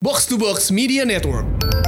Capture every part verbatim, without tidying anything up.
Box to Box Media Network.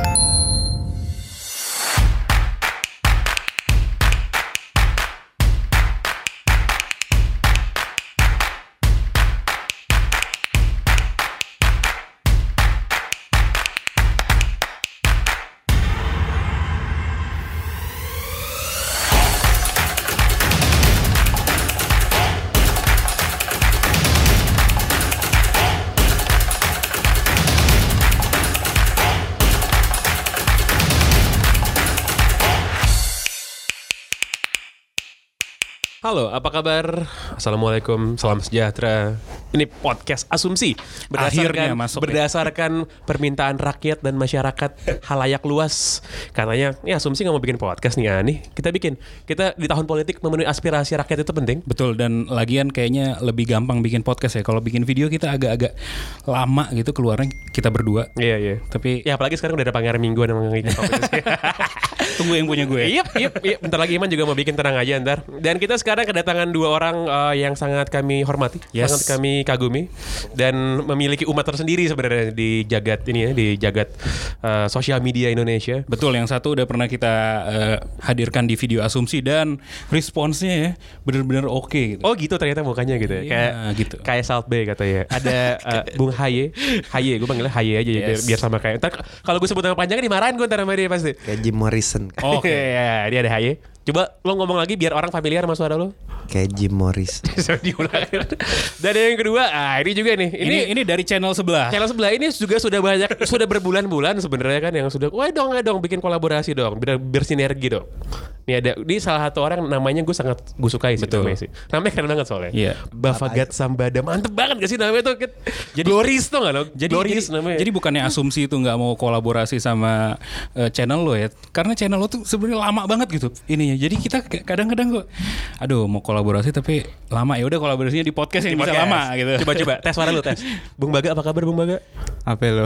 Halo, apa kabar? Assalamualaikum, salam sejahtera. Ini podcast Asumsi berdasarkan, masuk, berdasarkan permintaan rakyat dan masyarakat halayak luas. Katanya, ya Asumsi nggak mau bikin podcast nih, Ani. Kita bikin. Kita di tahun politik memenuhi aspirasi rakyat itu penting. Betul, dan lagian kayaknya lebih gampang bikin podcast ya. Kalau bikin video kita agak-agak lama gitu keluarnya kita berdua. Iya, iya. Tapi ya apalagi sekarang udah ada Pangeran Mingguan yang ngikut kompetisi. tunggu yang punya gue. Iya, iya, iya. Bentar lagi Iman juga mau bikin, tenang aja ntar. Dan kita sekarang kedatangan dua orang uh, yang sangat kami hormati, Yes. sangat kami kagumi, dan memiliki umat tersendiri sebenarnya di jagat ini ya, di jagat uh, sosial media Indonesia. Betul, yang satu udah pernah kita uh, hadirkan di video Asumsi dan responsnya ya benar-benar oke gitu. Oh gitu ternyata mukanya gitu ya, Iya, kayak gitu. kayak Salt Bay katanya. Ada uh, Bung Haye, Haye, gue panggilnya Haye aja ya, biar, Yes. biar sama kayak. Ntar kalau gue sebut nama panjangnya dimarahin gue ntar sama dia pasti. Kayak Jim Morrison. Oke, ya, dia ada Haye. Coba lo ngomong lagi biar orang familiar sama suara lo. Kayak Jim Morris. Diulang. Dan yang kedua, ah ini juga nih. Ini ini dari channel sebelah. Channel sebelah ini juga sudah banyak, sudah berbulan-bulan sebenarnya kan yang sudah, wah dong, ya dong bikin kolaborasi dong, biar bersinergi dong. Ini ada, ini salah satu orang namanya gue sangat gue sukai sih. Betul. Namanya sih. Namanya keren banget soalnya. Iya. Bafagat Sambada, mantep banget gak sih namanya tuh? Jadi Gloris tuh nggak lo? Jadi, Gloris jadi, namanya. jadi bukannya Asumsi itu nggak mau kolaborasi sama uh, channel lo ya, karena channel lo tuh sebenarnya lama banget gitu ininya. Jadi kita kadang-kadang kok, aduh mau kolaborasi tapi lama, ya udah kolaborasinya di podcast yang Di bisa podcast. lama gitu. Coba-coba tes suara lu, tes. Bung Baga, apa kabar Bung Baga? Apa lo?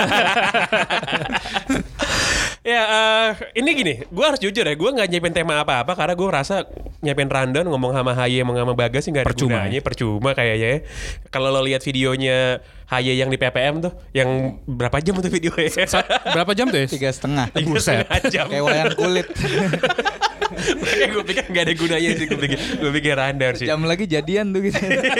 Ya uh, ini gini, gue harus jujur ya, gue nggak nyiapin tema apa-apa karena gue rasa nyiapin rundown ngomong sama Haye sama sama Bagas sih nggak ada Percuma, gunanya, percuma kayaknya. Ya. Kalau lo lihat videonya Haye yang di P P M tuh, yang berapa jam tuh videonya? Berapa jam tuh ya? Tiga setengah. Tiga setengah jam. Kayak wayang kulit. Makanya gue pikir nggak ada gunanya sih, gue pikir gue pikir rundown sih. Jam lagi jadian tuh gitu.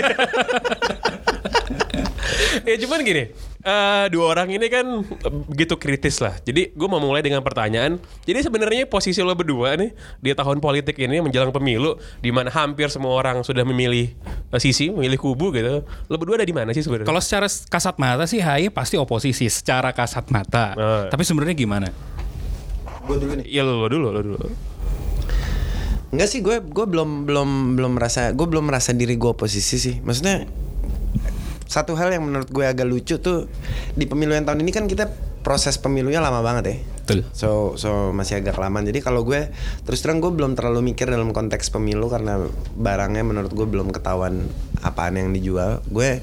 Ya cuman gini, uh, dua orang ini kan begitu kritis lah. Jadi gue mau mulai dengan pertanyaan. Jadi sebenarnya posisi lo berdua nih di tahun politik ini menjelang pemilu, di mana hampir semua orang sudah memilih uh, sisi, memilih kubu gitu. Lo berdua ada di mana sih sebenarnya? Kalau secara kasat mata sih Haye pasti oposisi secara kasat mata. Oh. Tapi sebenarnya gimana? Gue dulu nih. Iya lo, lo dulu, lo dulu. Enggak sih, gue gue belum belum belum merasa gue belum merasa diri gue oposisi sih. Maksudnya satu hal yang menurut gue agak lucu tuh di pemilu yang tahun ini kan kita proses pemilunya lama banget ya. Betul. So so masih agak kelamaan. Jadi kalau gue terus terang gue belum terlalu mikir dalam konteks pemilu karena barangnya menurut gue belum ketahuan apaan yang dijual. Gue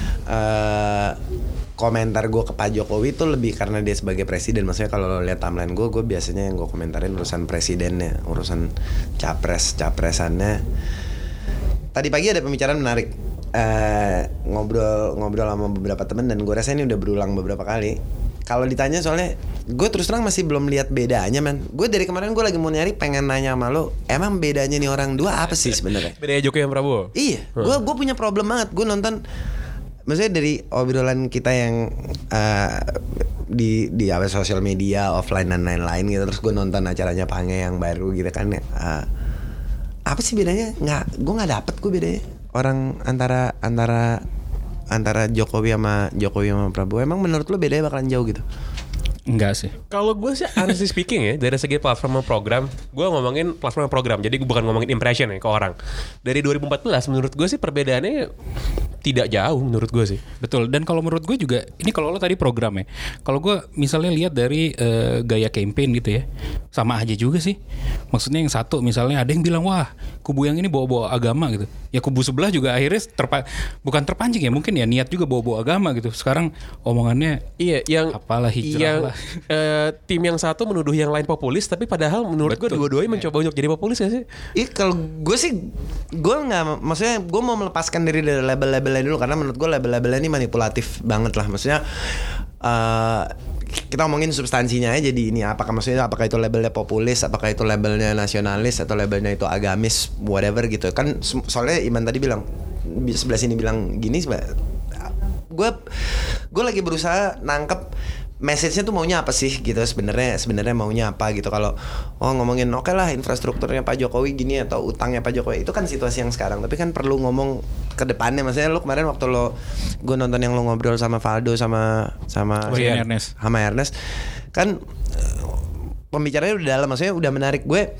uh, komentar gue ke Pak Jokowi itu lebih karena dia sebagai presiden. Maksudnya kalau lo lihat timeline gue, gue biasanya yang gue komentarin urusan presidennya, urusan capres capresannya. Tadi pagi ada pembicaraan menarik. Uh, ngobrol ngobrol sama beberapa teman dan gue rasa ini udah berulang beberapa kali. Kalau ditanya soalnya gue terus terang masih belum lihat bedanya, man. Gue dari kemarin gue lagi mau nyari, pengen nanya sama lo, emang bedanya nih orang dua apa sih sebenarnya? Bedanya Jokowi sama Prabowo? Iya, gue gue punya problem banget. Gue nonton, maksudnya dari obrolan kita yang uh, di di apa sosial media offline dan lain-lain gitu, terus gue nonton acaranya Pange yang baru gitu kan. Uh, apa sih bedanya? Nggak, gue nggak dapet gue bedanya. Orang antara antara antara Jokowi sama Jokowi sama Prabowo, emang menurut lo bedanya bakalan jauh gitu? Enggak sih. Kalau gue sih honestly speaking ya, dari segi platform program, gue ngomongin platform program, jadi gue bukan ngomongin impression ya ke orang. Dari dua ribu empat belas menurut gue sih perbedaannya tidak jauh menurut gue sih. Betul, dan kalau menurut gue juga ini kalau lo tadi program ya, kalau gue misalnya lihat dari uh, gaya campaign gitu ya, sama aja juga sih. Maksudnya yang satu misalnya ada yang bilang wah kubu yang ini bawa-bawa agama gitu, ya kubu sebelah juga akhirnya terpa- bukan terpancing ya, mungkin ya niat juga bawa-bawa agama gitu. Sekarang omongannya iya yang apalah hijrah yang, lah. Uh, tim yang satu menuduh yang lain populis, tapi padahal menurut gue Betul. dua-duanya mencoba untuk jadi populis gak sih? Iya, kalau gue sih gue nggak, maksudnya gue mau melepaskan diri dari label-labelnya dulu karena menurut gue label-labelnya ini manipulatif banget lah. Maksudnya uh, kita ngomongin substansinya aja di ini, apakah maksudnya apakah itu labelnya populis, apakah itu labelnya nasionalis, atau labelnya itu agamis, whatever gitu kan. Soalnya Iman tadi bilang sebelah sini bilang gini, gue gue lagi berusaha nangkep message-nya tuh maunya apa sih gitu sebenarnya sebenarnya maunya apa gitu. Kalau oh ngomongin oke okay lah infrastrukturnya Pak Jokowi gini atau utangnya Pak Jokowi, itu kan situasi yang sekarang, tapi kan perlu ngomong ke depannya. Maksudnya lu kemarin waktu lo gue nonton yang lo ngobrol sama Valdo sama sama oh, iya, Ernest. sama Ernest kan pembicaranya udah dalam, maksudnya udah menarik. Gue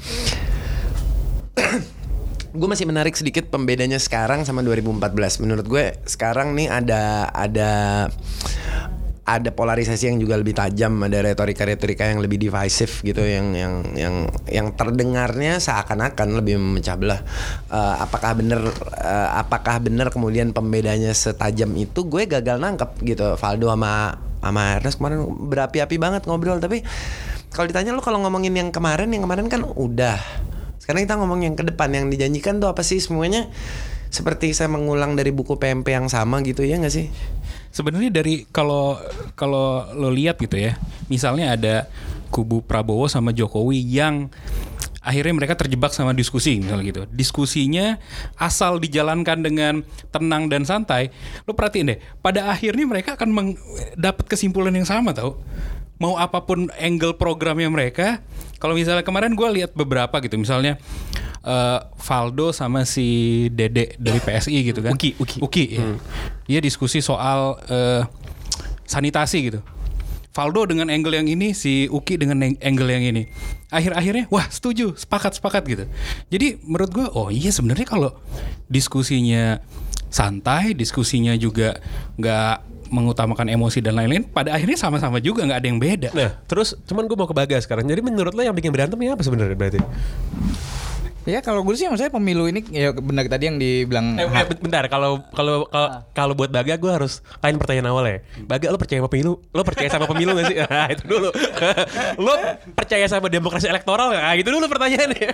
gue masih menarik sedikit pembedanya sekarang sama dua ribu empat belas. Menurut gue sekarang nih ada ada ada polarisasi yang juga lebih tajam, ada retorika-retorika yang lebih divisive gitu, yang yang yang yang terdengarnya seakan-akan lebih memecah belah. Uh, apakah benar uh, apakah benar kemudian pembedanya setajam itu? Gue gagal nangkep gitu. Valdo sama sama Ernest kemarin berapi-api banget ngobrol, tapi kalau ditanya lo kalau ngomongin yang kemarin, yang kemarin kan udah. Sekarang kita ngomong yang ke depan, yang dijanjikan tuh apa sih? Semuanya seperti saya mengulang dari buku P M P yang sama gitu, ya nggak sih? Sebenarnya dari kalau kalau lo lihat gitu ya, misalnya ada kubu Prabowo sama Jokowi yang akhirnya mereka terjebak sama diskusi misalnya gitu. Diskusinya asal dijalankan dengan tenang dan santai, lo perhatiin deh, pada akhirnya mereka akan meng- dapat kesimpulan yang sama tau. Mau apapun angle programnya mereka. Kalau misalnya kemarin gue lihat beberapa gitu, misalnya uh, Valdo sama si Dede dari P S I gitu kan. Uki, Uki. Uki ya. Hmm. Dia diskusi soal uh, sanitasi gitu. Valdo dengan angle yang ini, si Uki dengan angle yang ini. Akhir-akhirnya, wah setuju, sepakat-sepakat gitu. Jadi menurut gue, oh iya sebenarnya kalau diskusinya santai, diskusinya juga nggak mengutamakan emosi dan lain-lain, pada akhirnya sama-sama juga, nggak ada yang beda. Nah, terus cuman gue mau ke Bagas sekarang. Jadi menurut lo yang bikin berantem ya apa sebenarnya berarti? Ya kalau gue sih maksudnya pemilu ini ya benar tadi yang dibilang. Eh, eh bentar, kalau kalau kalau kalau buat Baga gue harus kain pertanyaan awalnya. Baga, lo percaya sama pemilu? Lo percaya sama pemilu nggak sih? Nah, itu dulu. Lo percaya sama demokrasi elektoral nggak? Nah, itu dulu pertanyaannya.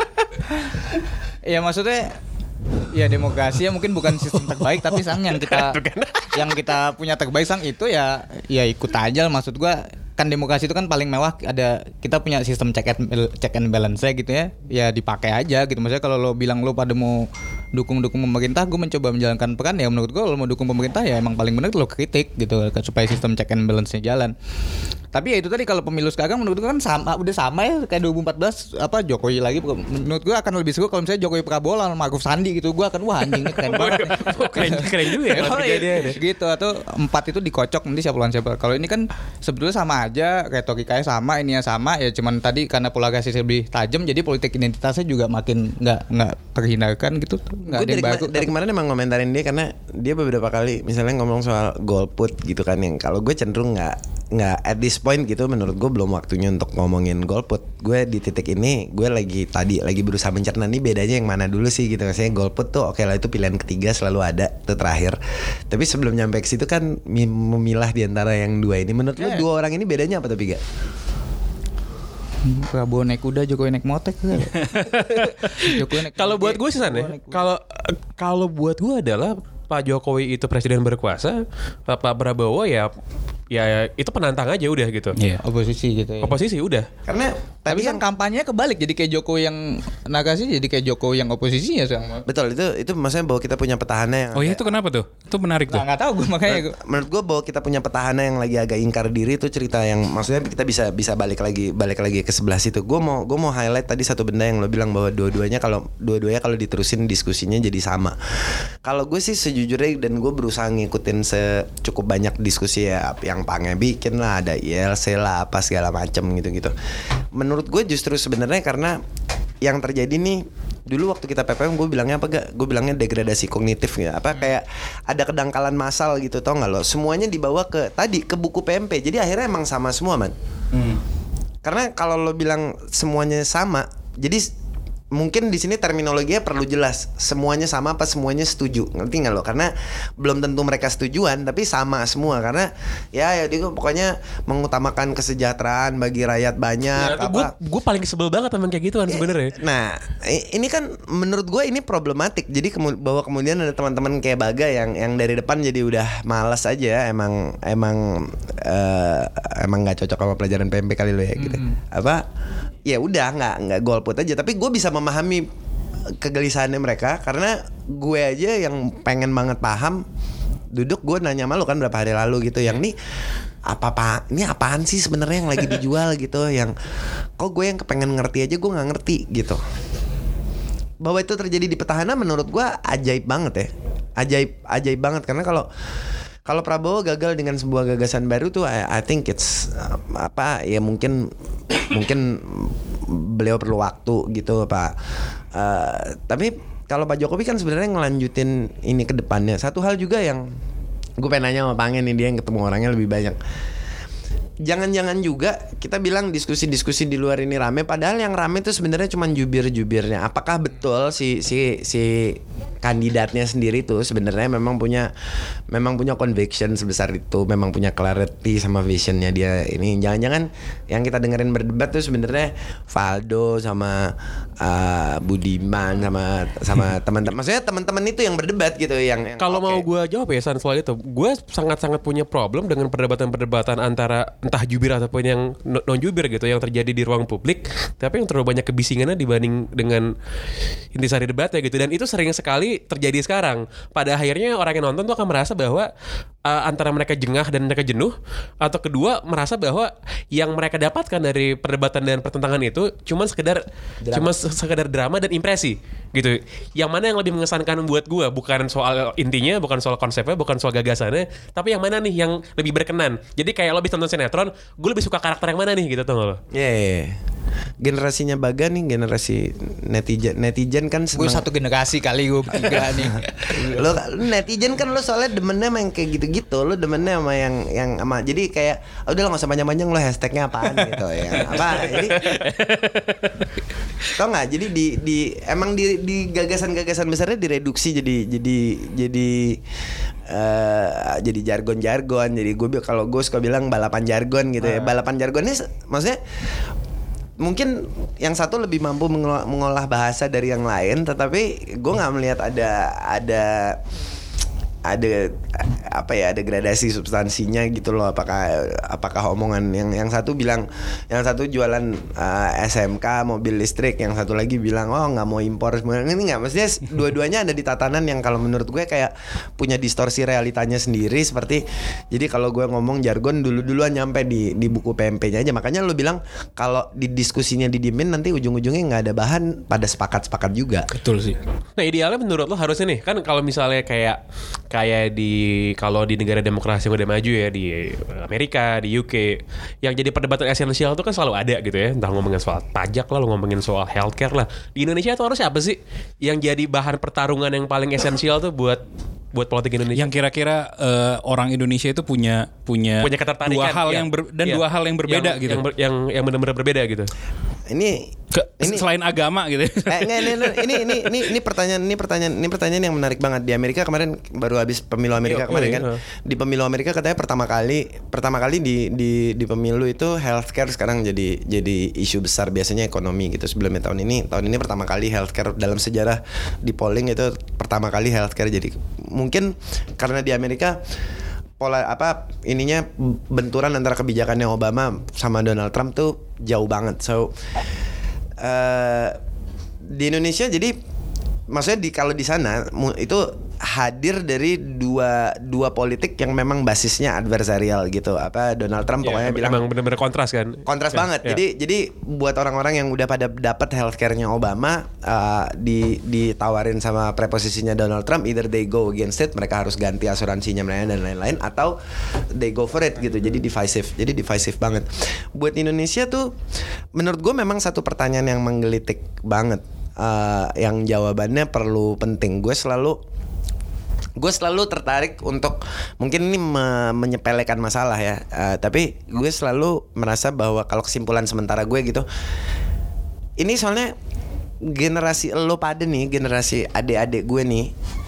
Ya maksudnya ya demokrasi ya mungkin bukan sistem terbaik, tapi sang yang kita yang kita punya terbaik sang itu ya ya ikut aja. Maksud gua kan demokrasi itu kan paling mewah, ada kita punya sistem check and check and balance gitu ya, ya dipakai aja gitu. Maksudnya kalau lo bilang lo pada mau dukung-dukung pemerintah, gue mencoba menjalankan peran, ya menurut gue lo mau dukung pemerintah ya emang paling benar lo kritik gitu supaya sistem check and balance-nya jalan. Tapi ya itu tadi, kalau pemilu sekarang menurut gue kan sama, udah sama ya kayak dua ribu empat belas apa Jokowi lagi. Menurut gue akan lebih seru kalau misalnya Jokowi Prabowo lawan Maruf Sandi gitu. Gue akan wah anjing ini keren banget. keren keren juga ya. Oh, iya. Gitu, atau empat itu dikocok nanti siapa lawan siapa. Kalau ini kan sebetulnya sama aja, retorikanya sama, ininya sama, ya cuman tadi karena polarisasi lebih tajam jadi politik identitasnya juga makin nggak nggak terhindarkan gitu. Nggak ada yang baru. Dari kemarin emang ngomentarin dia karena dia beberapa kali misalnya ngomong soal golput gitu kan, yang kalau gue cenderung nggak nggak at this point gitu, menurut gue belum waktunya untuk ngomongin golput. Gue di titik ini gue lagi tadi lagi berusaha mencerna nih bedanya yang mana dulu sih gitu. Maksudnya golput tuh oke okay lah, itu pilihan ketiga selalu ada, itu terakhir. Tapi sebelum nyampe ke situ kan memilah di antara yang dua ini. Menurut yeah. lu dua orang ini bedanya apa tapi gak? Prabowo naik kuda, Jokowi naik motek. Jokowi naik. Kalau buat gue sih sana, kalau kalau buat gue adalah Pak Jokowi itu presiden berkuasa, Pak Prabowo ya ya itu penantang aja udah gitu. Yeah. Oposisi gitu ya. Oposisi udah. Karena tapi kan kampanyenya kebalik, jadi kayak Jokowi yang narasi jadi kayak Jokowi yang oposisinya sekarang. Betul, itu itu maksudnya bahwa kita punya petahana yang oh iya itu kenapa tuh? Itu menarik tuh. Nah, nggak tahu gue makanya. Gua. Menurut gue bahwa kita punya petahana yang lagi agak ingkar diri, itu cerita yang maksudnya kita bisa bisa balik lagi balik lagi ke sebelah situ. Gue mau gue mau highlight tadi satu benda yang lo bilang bahwa dua-duanya kalau dua-duanya kalau diterusin diskusinya jadi sama. Kalau gue sih sejujurnya dan gue berusaha ngikutin secukup banyak diskusi ya, yang Pange bikin lah, ada I L C lah, apa segala macem gitu-gitu. Menurut gue justru sebenarnya karena yang terjadi nih, dulu waktu kita P P M gue bilangnya apa gak? Gue bilangnya degradasi kognitif ya. Apa kayak ada kedangkalan massal gitu, tau gak lo? Semuanya dibawa ke tadi ke buku P M P. Jadi akhirnya emang sama semua man. Hmm. Karena kalau lo bilang semuanya sama, jadi mungkin di sini terminologinya perlu jelas. Semuanya sama apa semuanya setuju? Ngerti nggak lo? Karena belum tentu mereka setujuan, tapi sama semua. Karena ya, ya dia pokoknya mengutamakan kesejahteraan bagi rakyat banyak. Nah, gue gue paling sebel banget emang kayak gituan sebenarnya. Nah, ini kan menurut gue ini problematik. Jadi kemu- bahwa kemudian ada teman-teman kayak Baga yang yang dari depan jadi udah malas aja. Emang emang uh, emang nggak cocok sama pelajaran P M P kali lo ya gitu. Mm. Apa? Ya udah nggak nggak golput aja. Tapi gue bisa memahami kegelisahannya mereka karena gue aja yang pengen banget paham. Duduk gue nanya sama lo kan berapa hari lalu gitu. Yang nih apa apa ini apaan sih sebenarnya yang lagi dijual gitu, yang kok gue yang kepengen ngerti aja gue nggak ngerti gitu. Bahwa itu terjadi di petahana menurut gue ajaib banget ya, ajaib ajaib banget karena kalau kalau Prabowo gagal dengan sebuah gagasan baru tuh I, I think it's uh, apa ya mungkin mungkin beliau perlu waktu gitu Pak. Uh, tapi kalau Pak Jokowi kan sebenarnya ngelanjutin ini ke depannya. Satu hal juga yang gue pengen nanya sama Pangen nih, dia yang ketemu orangnya lebih banyak. Jangan-jangan juga kita bilang diskusi-diskusi di luar ini rame, padahal yang rame itu sebenarnya cuma jubir-jubirnya. Apakah betul si si si kandidatnya sendiri tuh sebenarnya memang punya memang punya conviction sebesar itu, memang punya clarity sama visionnya dia ini. Jangan-jangan yang kita dengerin berdebat tuh sebenarnya Valdo sama uh, Budiman sama sama teman-teman. Maksudnya teman-teman itu yang berdebat gitu yang, yang kalau okay. mau gue jawab ya San soal itu, gue sangat-sangat punya problem dengan perdebatan-perdebatan antara entah jubir ataupun yang non jubir gitu yang terjadi di ruang publik, tapi yang terlalu banyak kebisingannya dibanding dengan intisari debatnya gitu. Dan itu sering sekali terjadi sekarang. Pada akhirnya orang yang nonton tuh akan merasa bahwa uh, antara mereka jengah dan mereka jenuh, atau kedua merasa bahwa yang mereka dapatkan dari perdebatan dan pertentangan itu cuma sekedar drama. cuma sekedar drama dan impresi gitu. Yang mana yang lebih mengesankan buat gue bukan soal intinya, bukan soal konsepnya, bukan soal gagasannya, tapi yang mana nih yang lebih berkenan. Jadi kayak lo habis nonton sinetron, gue lebih suka karakter yang mana nih gitu, tau gak lo? Iya yeah, yeah. Generasinya Baga nih generasi netizen. Netizen kan gue satu generasi kali gue bertiga nih. Lo netizen kan lo soalnya demennya sama yang kayak gitu-gitu. Lo demennya sama yang yang sama. Jadi kayak udah lo gak usah panjang-panjang, lo hashtagnya apaan gitu ya. Apa? Jadi tau nggak? Jadi di di emang di di gagasan-gagasan besarnya direduksi jadi jadi jadi uh, jadi jargon-jargon. Jadi gue kalau gue suka bilang balapan jargon gitu ya. Balapan jargonnya maksudnya mungkin yang satu lebih mampu mengolah, mengolah bahasa dari yang lain, tetapi gue nggak melihat ada ada ada apa ya ada gradasi substansinya gitu loh. Apakah apakah omongan yang yang satu bilang yang satu jualan uh, S M K mobil listrik, yang satu lagi bilang oh nggak mau impor, ini nggak, maksudnya dua-duanya ada di tatanan yang kalau menurut gue kayak punya distorsi realitanya sendiri. Seperti jadi kalau gue ngomong jargon dulu-duluan nyampe di di buku P M P-nya aja, makanya lo bilang kalau di diskusinya didiemin nanti ujung-ujungnya nggak ada bahan pada sepakat-sepakat juga. Betul sih. Nah idealnya menurut lo harusnya nih kan kalau misalnya kayak kayak di kalau di negara demokrasi yang udah maju ya, di Amerika, di U K, yang jadi perdebatan esensial itu kan selalu ada gitu ya. Entah ngomongin soal pajak lah, lo ngomongin soal healthcare lah. Di Indonesia tuh harusnya apa sih yang jadi bahan pertarungan yang paling esensial tuh buat buat politik Indonesia? Yang kira-kira uh, orang Indonesia itu punya punya, punya ketertarikan dua hal ya, yang ber, dan ya, dua hal yang berbeda yang, gitu. Yang yang yang benar-benar berbeda gitu. Ini Ke, ini selain agama gitu. Eh, enggak, ini, ini ini ini ini pertanyaan ini pertanyaan ini pertanyaan yang menarik banget. Di Amerika kemarin baru habis pemilu Amerika Yo, kemarin oh, kan. iya. Di pemilu Amerika katanya pertama kali pertama kali di di di pemilu itu healthcare sekarang jadi jadi isu besar. Biasanya ekonomi gitu sebelumnya. Tahun ini tahun ini pertama kali healthcare dalam sejarah di polling itu pertama kali healthcare jadi, mungkin karena di Amerika pola apa ininya benturan antara kebijakannya Obama sama Donald Trump tuh jauh banget. So uh, di Indonesia jadi maksudnya di kalau di sana itu hadir dari dua dua politik yang memang basisnya adversarial gitu. Apa Donald Trump Ya, pokoknya bilang emang benar-benar kontras kan. kontras Ya, banget. ya. Jadi jadi buat orang-orang yang udah pada dapat healthcare-nya Obama uh, di ditawarin sama preposisinya Donald Trump, either they go against it, mereka harus ganti asuransinya mereka dan lain-lain, atau they go for it gitu. Jadi divisive. Jadi divisive banget. Buat Indonesia tuh menurut gue memang satu pertanyaan yang menggelitik banget. Uh, yang jawabannya perlu penting. Gue selalu gue selalu tertarik untuk mungkin ini me- menyepelekan masalah ya, uh, tapi gue selalu merasa bahwa kalau kesimpulan sementara gue gitu, ini soalnya generasi lo pada nih, generasi adik-adik gue nih.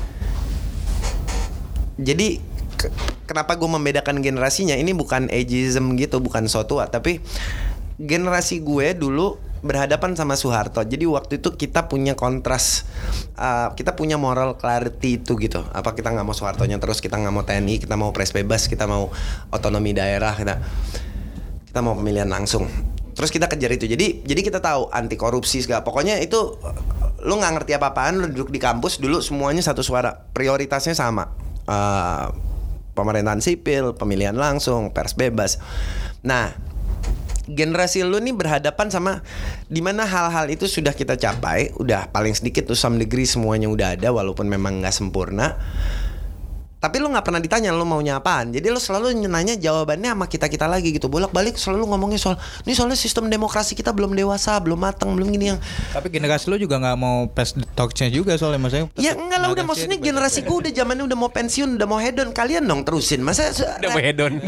Jadi ke- kenapa gue membedakan generasinya? Ini bukan ageism gitu, bukan so tua, tapi generasi gue dulu berhadapan sama Soeharto. Jadi waktu itu kita punya kontras, uh, kita punya moral clarity itu gitu. Apa kita nggak mau Soehartonya terus, kita nggak mau T N I, kita mau pres bebas, kita mau otonomi daerah, kita kita mau pemilihan langsung. Terus kita kejar itu. Jadi jadi kita tahu anti korupsi segala. Pokoknya itu lu nggak ngerti apa-apaan, lu duduk di kampus dulu semuanya satu suara. Prioritasnya sama. Uh, pemerintahan sipil, pemilihan langsung, pers bebas. Nah, generasi lu nih berhadapan sama dimana hal-hal itu sudah kita capai, udah paling sedikit to some degree semuanya udah ada walaupun memang nggak sempurna. Tapi lu nggak pernah ditanya lu maunya apaan. Jadi lu selalu nanya jawabannya sama kita-kita lagi gitu. Bolak-balik selalu ngomongnya soal ini soalnya sistem demokrasi kita belum dewasa, belum matang, belum gini yang. Tapi generasi lu juga nggak mau pes talksnya juga soalnya maksudnya. Ya enggak lah, udah maksudnya generasiku udah zamannya udah mau pensiun, udah mau hedon. Kalian dong terusin. Masa Udah mau hedon.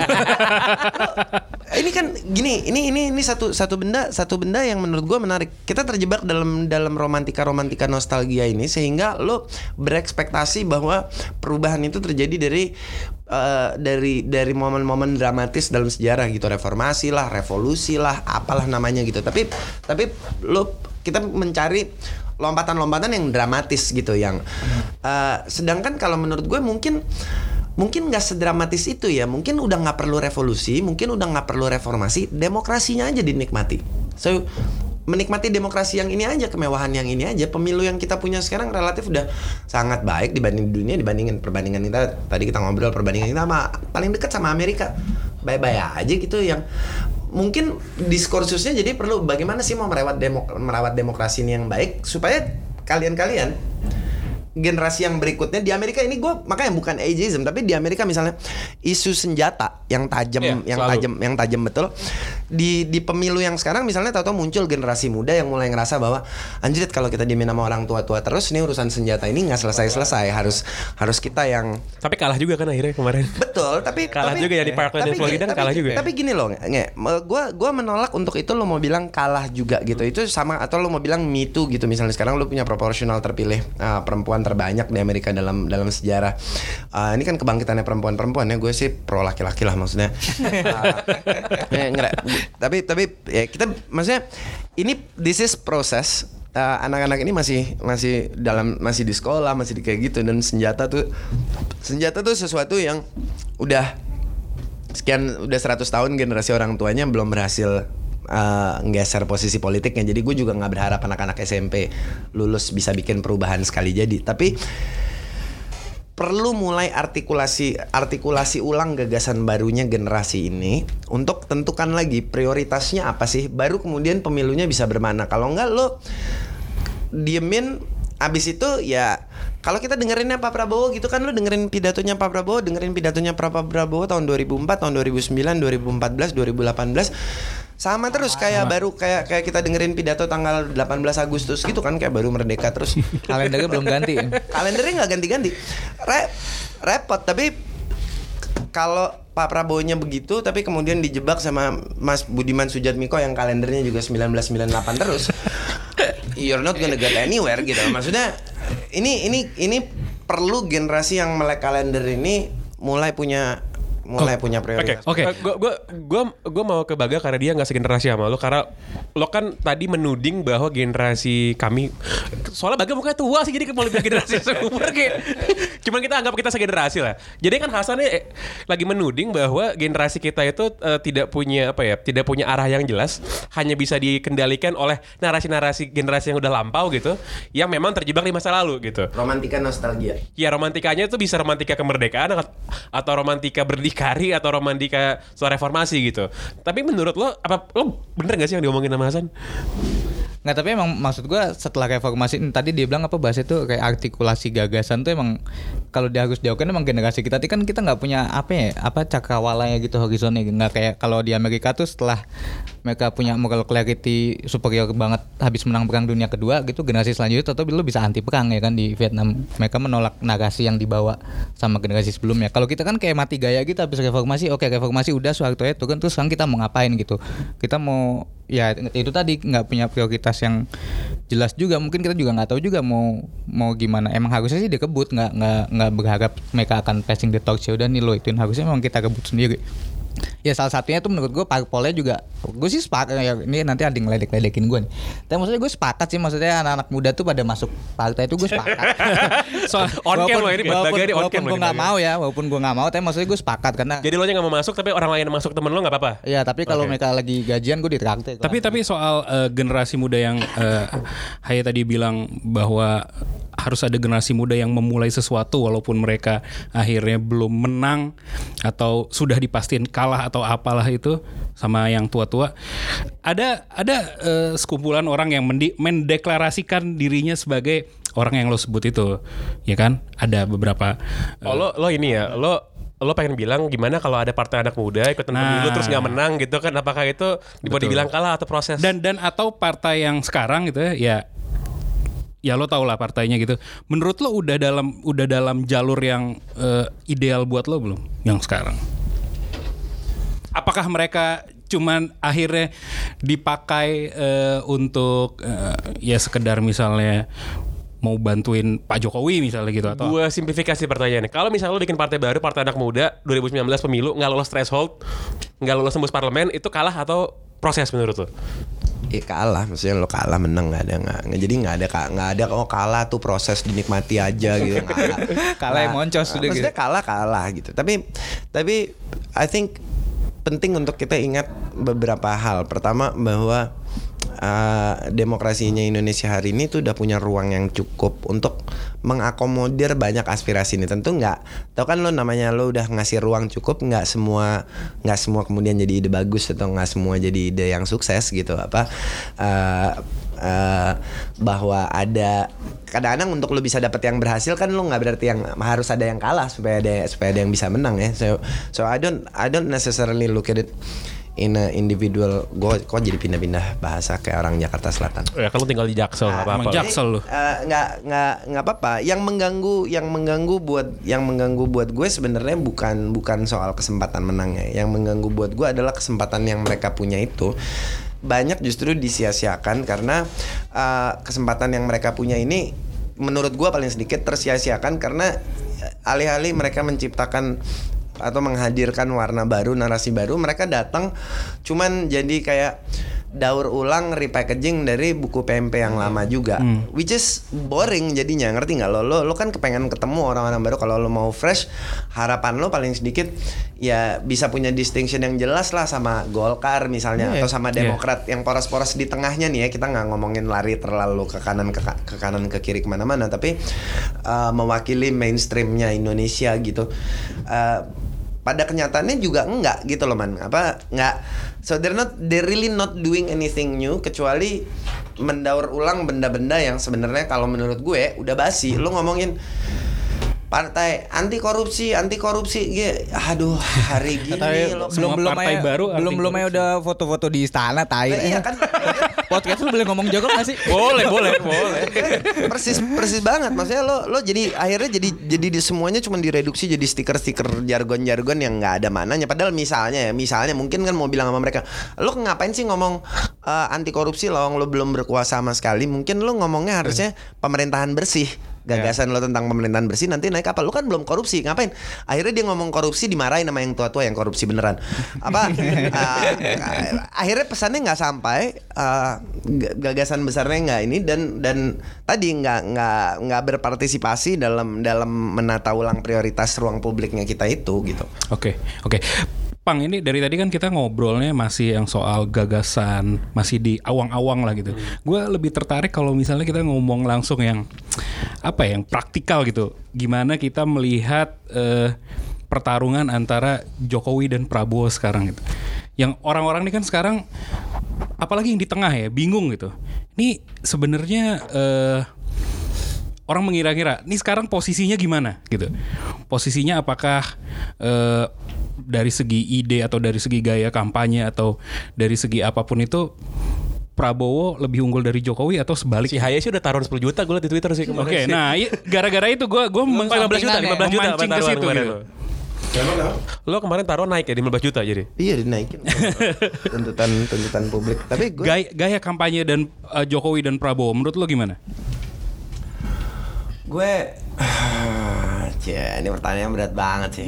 ini kan gini, ini ini ini satu satu benda satu benda yang menurut gue menarik. Kita terjebak dalam dalam romantika romantika nostalgia ini sehingga lo berekspektasi bahwa perubahan itu terjadi dari uh, dari dari momen-momen dramatis dalam sejarah gitu, reformasi lah, revolusi lah, apalah namanya gitu. Tapi tapi lo kita mencari lompatan-lompatan yang dramatis gitu, yang uh, sedangkan kalau menurut gue mungkin mungkin nggak sedramatis itu ya. Mungkin udah nggak perlu revolusi, mungkin udah nggak perlu reformasi, demokrasinya aja dinikmati. So menikmati demokrasi yang ini aja, kemewahan yang ini aja. Pemilu yang kita punya sekarang relatif udah sangat baik dibanding dunia, dibandingin perbandingan kita tadi kita ngobrol perbandingan kita sama paling dekat sama Amerika. Bye-bye aja gitu, yang mungkin diskursusnya jadi perlu bagaimana sih mau merawat demok- merawat demokrasi ini yang baik supaya kalian-kalian generasi yang berikutnya di Amerika ini, gue makanya bukan ageism, tapi di Amerika misalnya isu senjata yang tajam, yeah, yang selalu. tajam, yang tajam betul di di pemilu yang sekarang misalnya tahu-tahu muncul generasi muda yang mulai ngerasa bahwa anjir kalau kita diemin sama orang tua-tua terus ini urusan senjata ini nggak selesai-selesai, harus harus kita yang Tapi kalah juga kan akhirnya kemarin. betul, tapi Kalah tapi, juga ya di Parkland dan tapi- Florida, tapi- kalah juga ya. Tapi gini loh, nge, gue gue menolak untuk itu lo mau bilang kalah juga gitu. Itu sama atau lo mau bilang me too gitu. Misalnya sekarang lo punya proporsional terpilih uh, perempuan terbanyak di Amerika dalam dalam sejarah. Uh, ini kan kebangkitannya perempuan-perempuan ya. Gue sih pro laki-laki lah maksudnya. Uh, ya, nggak, tapi tapi ya kita maksudnya ini this is proses. Uh, anak-anak ini masih masih dalam masih di sekolah, masih di kayak gitu, dan senjata tuh senjata tuh sesuatu yang udah sekian udah seratus tahun generasi orang tuanya belum berhasil uh, nggeser posisi politiknya. Jadi gue juga nggak berharap anak-anak S M P lulus bisa bikin perubahan sekali jadi, tapi perlu mulai artikulasi artikulasi ulang gagasan barunya generasi ini untuk tentukan lagi prioritasnya apa sih, baru kemudian pemilunya bisa bermana. Kalau enggak lo diemin abis itu ya. Kalau kita dengerinnya Pak Prabowo gitu kan, lo dengerin pidatonya Pak Prabowo, dengerin pidatonya Pak Prabowo tahun dua ribu empat, tahun dua ribu sembilan, dua ribu empat belas, dua ribu delapan belas sama terus kayak baru kayak kayak kita dengerin pidato tanggal delapan belas Agustus gitu kan, kayak baru merdeka terus. Kalendernya belum ganti. Kalendernya nggak ganti-ganti. Re- repot. Tapi kalau Pak Prabowo-nya begitu, tapi kemudian dijebak sama Mas Budiman Sujatmiko yang kalendernya juga seribu sembilan ratus sembilan puluh delapan terus, you're not gonna get anywhere gitu. Maksudnya ini ini ini perlu generasi yang melek kalender ini mulai punya mulai punya prioritas. Oke, gue gue gue gue mau ke Baga karena dia nggak segenerasi sama lo, karena lo kan tadi menuding bahwa generasi kami, soalnya Baga mukanya tua sih jadi mau lebih generasi seumur kayak, cuman kita anggap kita segenerasi lah. Jadi kan Hasan nih eh, lagi menuding bahwa generasi kita itu eh, tidak punya apa ya, tidak punya arah yang jelas, hanya bisa dikendalikan oleh narasi-narasi generasi yang udah lampau gitu, yang memang terjebak di masa lalu gitu. Romantika nostalgia. Ya romantikanya itu bisa romantika kemerdekaan atau romantika berdikari atau romantika soal reformasi gitu. Tapi menurut lo apa lo bener gak sih yang diomongin sama Hasan? Nggak, tapi emang maksud gue setelah reformasi tadi dia bilang apa bahasa itu kayak artikulasi gagasan tuh emang kalau dia harus dilakukan emang generasi kita kan kita nggak punya apa ya apa cakrawalanya gitu horizonnya, nggak kayak kalau di Amerika tuh setelah mereka punya moral clarity superior banget habis menang perang dunia kedua gitu, generasi selanjutnya tetap lu bisa anti perang ya kan di Vietnam. Mereka menolak narasi yang dibawa sama generasi sebelumnya. Kalau kita kan kayak mati gaya gitu habis reformasi, oke reformasi udah Soeharto ya turun, terus sekarang kita mau ngapain gitu. Kita mau ya itu tadi nggak punya prioritas yang jelas juga, mungkin kita juga nggak tahu juga mau mau gimana. Emang harusnya sih dikebut, nggak nggak nggak berharap mereka akan passing the torch ya udah nih lo ituin, harusnya memang kita kebut sendiri. Ya salah satunya tuh menurut gue parpolnya juga, gue sih sepakat ya, ini nanti ada yang ngeledek-ledekin gue nih. Tapi maksudnya gue sepakat sih, maksudnya anak-anak muda tuh pada masuk partai itu gue sepakat. Soal on cam loh ini, walaupun, bagian on walaupun cam gue nggak mau ya, walaupun gue nggak mau, tapi maksudnya gue sepakat karena. Jadi lo nya nggak mau masuk, tapi orang lain masuk temen lo nggak apa-apa. Iya, tapi kalau Okay. mereka lagi gajian gue ditraktir. Tapi tapi soal uh, generasi muda yang uh, Haya tadi bilang bahwa harus ada generasi muda yang memulai sesuatu walaupun mereka akhirnya belum menang atau sudah dipastiin kalah atau apalah itu sama yang tua-tua. Ada ada uh, sekumpulan orang yang mendi- mendeklarasikan dirinya sebagai orang yang lo sebut itu, ya kan? Ada beberapa. Uh, Oh lo lo ini ya, lo lo pengen bilang gimana kalau ada partai anak muda ikutan Nah. pemilu terus nggak menang gitu kan? Apakah itu bisa dibilang kalah atau proses? dan dan atau partai yang sekarang gitu ya, ya ya lo tau lah partainya gitu. Menurut lo udah dalam udah dalam jalur yang uh, ideal buat lo belum yang sekarang? Apakah mereka cuman akhirnya dipakai uh, untuk uh, ya sekedar misalnya mau bantuin Pak Jokowi misalnya gitu atau Gue simplifikasi pertanyaannya. Kalau misalnya lo bikin partai baru, partai anak muda, dua ribu sembilan belas pemilu nggak lolos threshold, nggak lolos tembus parlemen, itu kalah atau proses menurut lo? Ya kalah, maksudnya lo kalah menang nggak ada nggak nggak- jadi nggak ada nggak ada oh kalah tuh proses dinikmati aja gitu nggak ada. Kalah yang moncos Nah, udah maksudnya gitu. kalah kalah gitu. Tapi tapi I think penting untuk kita ingat beberapa hal. Pertama bahwa uh, demokrasinya Indonesia hari ini tuh udah punya ruang yang cukup untuk mengakomodir banyak aspirasi ini. Tentu nggak, tau kan lo namanya lo udah ngasih ruang cukup, nggak semua nggak semua kemudian jadi ide bagus atau nggak semua jadi ide yang sukses gitu apa. Uh, uh, bahwa ada kadang-kadang untuk lo bisa dapat yang berhasil kan lo nggak berarti yang harus ada yang kalah supaya ada supaya ada yang bisa menang ya. So so I don't I don't necessarily look at it in a individual. Gue kok jadi pindah-pindah bahasa kayak orang Jakarta Selatan. Ya kalau tinggal di Jaksel nggak apa-apa. emang Jaksel lo. Eh, nggak nggak nggak apa-apa. Yang mengganggu yang mengganggu buat yang mengganggu buat gue sebenarnya bukan bukan soal kesempatan menangnya. Yang mengganggu buat gue adalah kesempatan yang mereka punya itu banyak justru disia-siakan karena uh, kesempatan yang mereka punya ini menurut gue paling sedikit tersia-siakan karena alih-alih mereka menciptakan atau menghadirkan warna baru, narasi baru, mereka datang cuman jadi kayak daur ulang repackaging dari buku P M P yang lama juga, hmm. which is boring jadinya, ngerti nggak lo? Lo lo kan kepengen ketemu orang-orang baru. Kalau lo mau fresh, harapan lo paling sedikit ya bisa punya distinction yang jelas lah sama Golkar misalnya, yeah, atau sama Demokrat yeah. yang poros-poros di tengahnya nih ya. Kita nggak ngomongin lari terlalu ke kanan ke, ke kanan ke kiri kemana-mana, tapi uh, mewakili mainstreamnya Indonesia gitu. Uh, pada kenyataannya juga enggak gitu loh man, apa enggak, so they're not they're really not doing anything new kecuali mendaur ulang benda-benda yang sebenarnya kalau menurut gue udah basi. Lo ngomongin partai anti korupsi, anti korupsi, gitu. Aduh, hari gini lo belum belum partai aja, baru belum belum aja udah foto-foto di istana, tai. Nah, iya kan. Podcast lu boleh ngomong jago nggak sih? Boleh, boleh, boleh. persis persis banget. Maksudnya lo lo jadi akhirnya jadi jadi di semuanya cuma direduksi jadi stiker-stiker jargon-jargon yang nggak ada mananya. Padahal misalnya ya, misalnya mungkin kan mau bilang sama mereka, lo ngapain sih ngomong uh, anti korupsi lo, lo belum berkuasa sama sekali. Mungkin lo ngomongnya harusnya pemerintahan bersih. Gagasan yeah. lo tentang pemerintahan bersih nanti naik apa? Lo kan belum korupsi, ngapain? Akhirnya dia ngomong korupsi dimarahin sama yang tua-tua yang korupsi beneran. Apa? uh, akhirnya pesannya nggak sampai, uh, gagasan besarnya nggak ini dan dan tadi nggak nggak nggak berpartisipasi dalam dalam menata ulang prioritas ruang publiknya kita itu gitu. Oke, oke. Pang, ini dari tadi kan kita ngobrolnya masih yang soal gagasan, masih di awang-awang lah gitu. Hmm. Gue lebih tertarik kalau misalnya kita ngomong langsung yang apa ya, yang praktikal gitu. Gimana kita melihat eh, pertarungan antara Jokowi dan Prabowo sekarang gitu. Yang orang-orang ini kan sekarang, apalagi yang di tengah ya, bingung gitu. Ini sebenarnya eh, orang mengira-ngira, nih sekarang posisinya gimana gitu. Posisinya apakah eh, dari segi ide atau dari segi gaya kampanye atau dari segi apapun itu Prabowo lebih unggul dari Jokowi atau Si sebaliknya? Haye sih udah taruhan sepuluh juta gue liat di Twitter sih kemarin. Oke, nah i- gara-gara itu gue gue lima belas juta, lima belas juta memancing ke taruhan situ kemarin gitu. lo. Lo kemarin taruh naik ya di lima belas juta jadi. Iya dinaikin tuntutan tuntutan publik. Tapi gue Gaya, gaya kampanye dan uh, Jokowi dan Prabowo menurut lo gimana? gue Cia, ini pertanyaan berat banget sih.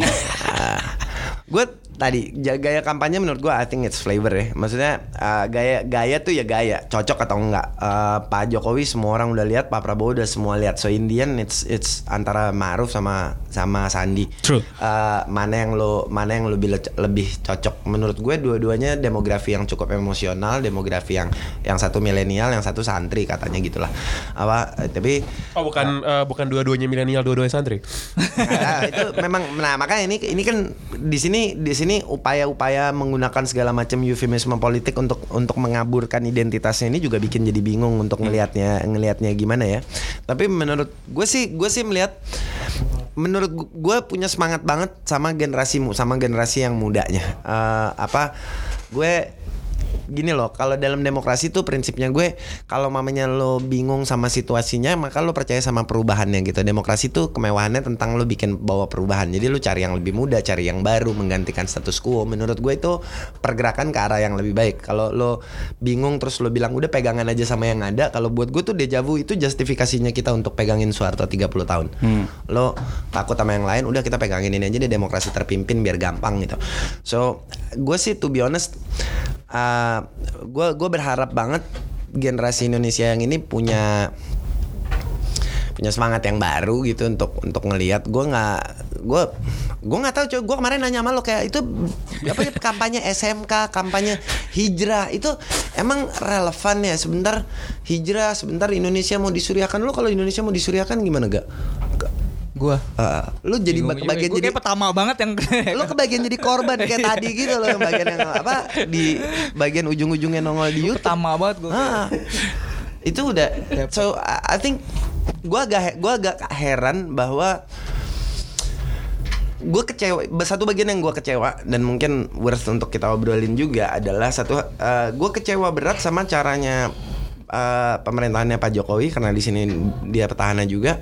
Gue tadi ja- gaya kampanye menurut gue I think it's flavor ya. Maksudnya uh, gaya gaya tuh ya gaya, cocok atau enggak. Uh, Pak Jokowi semua orang udah lihat, Pak Prabowo udah semua lihat. So Indian it's it's antara Ma'ruf sama sama Sandi. True. Uh, mana yang lo mana yang lebih lebih cocok menurut gue, dua-duanya demografi yang cukup emosional, demografi yang yang satu milenial, yang satu santri katanya gitulah. Apa eh, tapi Oh bukan uh, bukan dua-duanya milenial, dua-duanya santri. Nah, itu memang, nah makanya ini ini kan di sini di sini upaya-upaya menggunakan segala macam eufemisme politik untuk untuk mengaburkan identitasnya ini juga bikin jadi bingung untuk ngelihatnya ngelihatnya gimana ya. Tapi menurut gue sih gue sih melihat menurut gue punya semangat banget sama generasi sama generasi yang mudanya. Uh, apa gue gini loh, kalau dalam demokrasi tuh prinsipnya gue, kalau mamanya lo bingung sama situasinya, maka lo percaya sama perubahannya gitu. Demokrasi tuh kemewahannya tentang lo bikin bawa perubahan. Jadi lo cari yang lebih muda, cari yang baru, menggantikan status quo. Menurut gue itu pergerakan ke arah yang lebih baik. Kalau lo bingung terus lo bilang udah pegangan aja sama yang ada, kalau buat gue tuh deja vu itu justifikasinya kita untuk pegangin Soeharto tiga puluh tahun. Hmm. Lo takut sama yang lain, udah kita pegangin ini aja deh, demokrasi terpimpin biar gampang gitu. So gue sih to be honest, gue uh, gue berharap banget generasi Indonesia yang ini punya punya semangat yang baru gitu untuk untuk ngelihat. Gue nggak gue gue nggak tahu, coy. Gue kemarin nanya sama lo kayak itu apa ya, kampanye S M K, kampanye hijrah itu emang relevan ya? Sebentar hijrah, sebentar Indonesia mau disuriakan. Lo kalau Indonesia mau disuriakan gimana gak? Gua Uh, lu jadi bingung kebagian juga. Gua jadi kayak pertama banget yang lu kebagian jadi korban kayak tadi gitu loh, yang bagian yang apa di bagian ujung-ujungnya nongol di YouTube. pertama banget gua. Ah, itu udah. So I think gua agak gua agak heran bahwa gue kecewa. Satu bagian yang gue kecewa dan mungkin worth untuk kita obrolin juga adalah satu, uh, gue kecewa berat sama caranya uh, pemerintahannya Pak Jokowi, karena di sini dia petahana juga,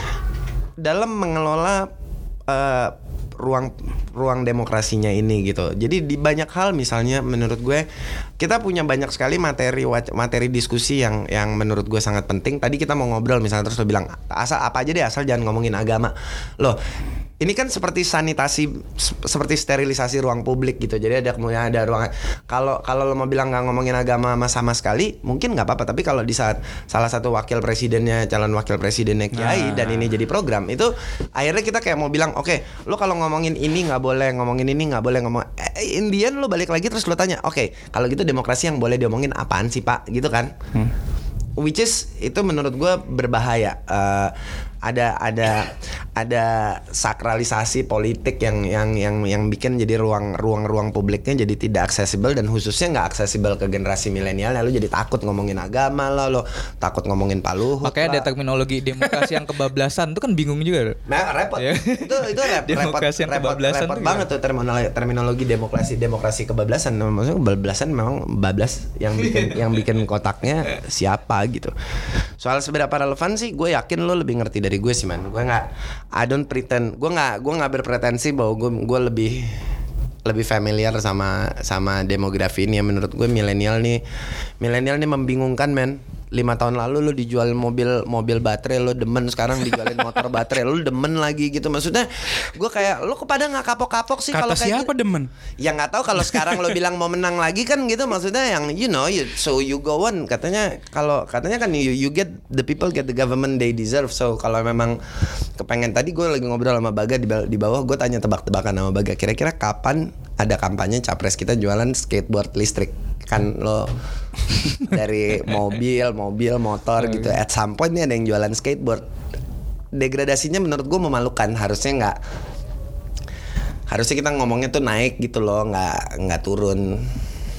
dalam mengelola uh, ruang ruang demokrasinya ini gitu. Jadi di banyak hal, misalnya menurut gue kita punya banyak sekali materi materi diskusi yang yang menurut gue sangat penting. Tadi kita mau ngobrol misalnya, terus lo bilang asal apa aja deh, asal jangan ngomongin agama. Loh, ini kan seperti sanitasi, seperti sterilisasi ruang publik gitu. Jadi ada kemudian ada ruang. Kalau kalau lo mau bilang nggak ngomongin agama sama, sama sekali, mungkin nggak apa-apa. Tapi kalau di saat salah satu wakil presidennya, calon wakil presidennya Kiai, nah, dan ini jadi program, itu akhirnya kita kayak mau bilang, oke, okay, lo kalau ngomongin ini nggak boleh, ngomongin ini nggak boleh, ngomong. Eh, Indian lo balik lagi terus lo tanya, oke, okay, kalau gitu demokrasi yang boleh diomongin apaan sih Pak? Gitu kan? Hmm. Which is itu menurut gue berbahaya. Uh, ada ada ada sakralisasi politik yang yang yang yang bikin jadi ruang ruang ruang publiknya jadi tidak aksesibel, dan khususnya nggak aksesibel ke generasi milenial. Lalu jadi takut ngomongin agama lah, lo takut ngomongin Pak Luhut. Makanya lah. ada terminologi demokrasi yang kebablasan itu kan bingung juga. Nah, repot. Ya. Itu itu rep, repot Demokrasi yang repot, kebablasan repot tuh banget tuh terminologi terminologi demokrasi demokrasi kebablasan. Maksudnya kebablasan memang bablas, yang bikin yang bikin kotaknya siapa gitu. Soal seberapa relevan sih, gue yakin lo lebih ngerti dari gue sih, man. Gue nggak, I don't pretend, gue nggak gue nggak berpretensi bahwa gue gue lebih lebih familiar sama sama demografi ini. Ya menurut gue milenial nih milenial nih membingungkan, men. Lima tahun lalu lo dijual mobil mobil baterai, lo demen. Sekarang dijualin motor baterai, lo demen lagi gitu. Maksudnya gue kayak lo kepada nggak kapok-kapok sih. Kata siapa gitu. Demen? Ya nggak tahu, kalau sekarang lo bilang mau menang lagi kan gitu. Maksudnya yang you know you, so you go on. Katanya kalau katanya kan you, you get the people get the government they deserve. So kalau memang kepengen, tadi gue lagi ngobrol sama Baga di, di bawah, gue tanya tebak-tebakan sama Baga, kira-kira kapan ada kampanye capres kita jualan skateboard listrik? Kan lo dari mobil, mobil, motor gitu. At some point nih ada yang jualan skateboard. Degradasinya menurut gue memalukan. Harusnya nggak, harusnya kita ngomongnya tuh naik gitu loh, nggak nggak turun.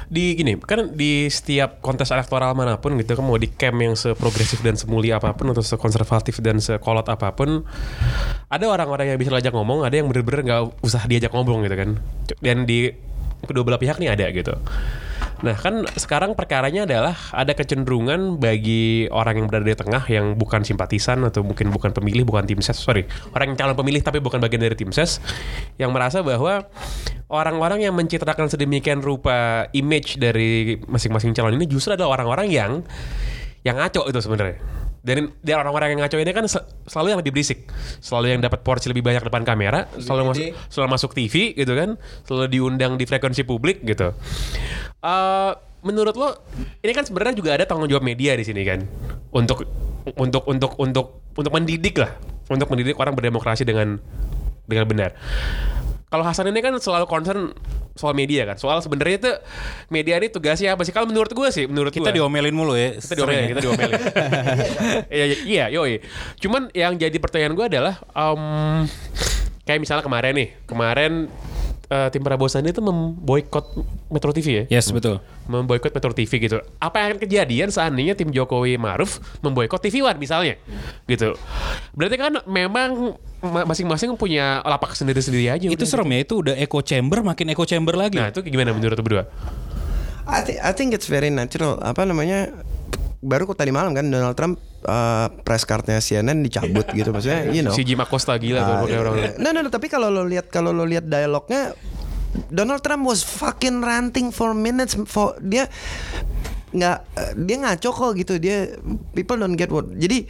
di gini kan di setiap kontes elektoral manapun gitu kan, mau di camp yang seprogresif dan semulia apapun atau sekonservatif dan sekolot apapun, ada orang-orang yang bisa diajak ngomong, ada yang bener-bener nggak usah diajak ngomong gitu kan. Dan di kedua belah pihak nih ada gitu. Nah kan sekarang perkaranya adalah ada kecenderungan bagi orang yang berada di tengah yang bukan simpatisan atau mungkin bukan pemilih, bukan tim ses, sorry, orang yang calon pemilih tapi bukan bagian dari tim ses, yang merasa bahwa orang-orang yang mencitrakan sedemikian rupa image dari masing-masing calon ini justru adalah orang-orang yang yang ngaco itu sebenarnya. Dan, dan orang-orang yang ngaco ini kan selalu yang lebih berisik, selalu yang dapat porsi lebih banyak depan kamera, selalu masuk, selalu masuk T V gitu kan, selalu diundang di frekuensi publik gitu. Uh, menurut lo ini kan sebenarnya juga ada tanggung jawab media di sini kan, untuk untuk untuk untuk untuk mendidik lah, untuk mendidik orang berdemokrasi dengan dengan benar. Kalau Hasan ini kan selalu concern soal media kan, soal sebenarnya tuh media ini tugasnya apa sih? Kalau menurut gue sih, menurut kita gue, diomelin mulu ya. Kita diomelin, kita diomelin. Iya, iya, yoi. Cuman yang jadi pertanyaan gue adalah, um, kayak misalnya kemarin nih, kemarin uh, tim Prabowo Sandi itu memboikot Metro T V ya? Yes, betul. Memboikot Metro T V gitu. Apa yang akan kejadian seandainya tim Jokowi Maruf memboikot T V One misalnya? Gitu. Berarti kan memang masing-masing punya lapak sendiri-sendiri aja. Itu udah. serem ya, itu udah echo chamber makin echo chamber lagi. Nah, itu gimana menurut lu berdua? I think, I think it's very natural. Apa namanya? Baru kok tadi malam kan Donald Trump uh, press cardnya C N N dicabut gitu, maksudnya, you know. Si Jim Acosta gila tuh pakai orang. No, no, no, tapi kalau lo lihat kalau lo lihat dialognya, Donald Trump was fucking ranting for minutes, for dia nggak dia ngaco kok gitu, dia people don't get what. Jadi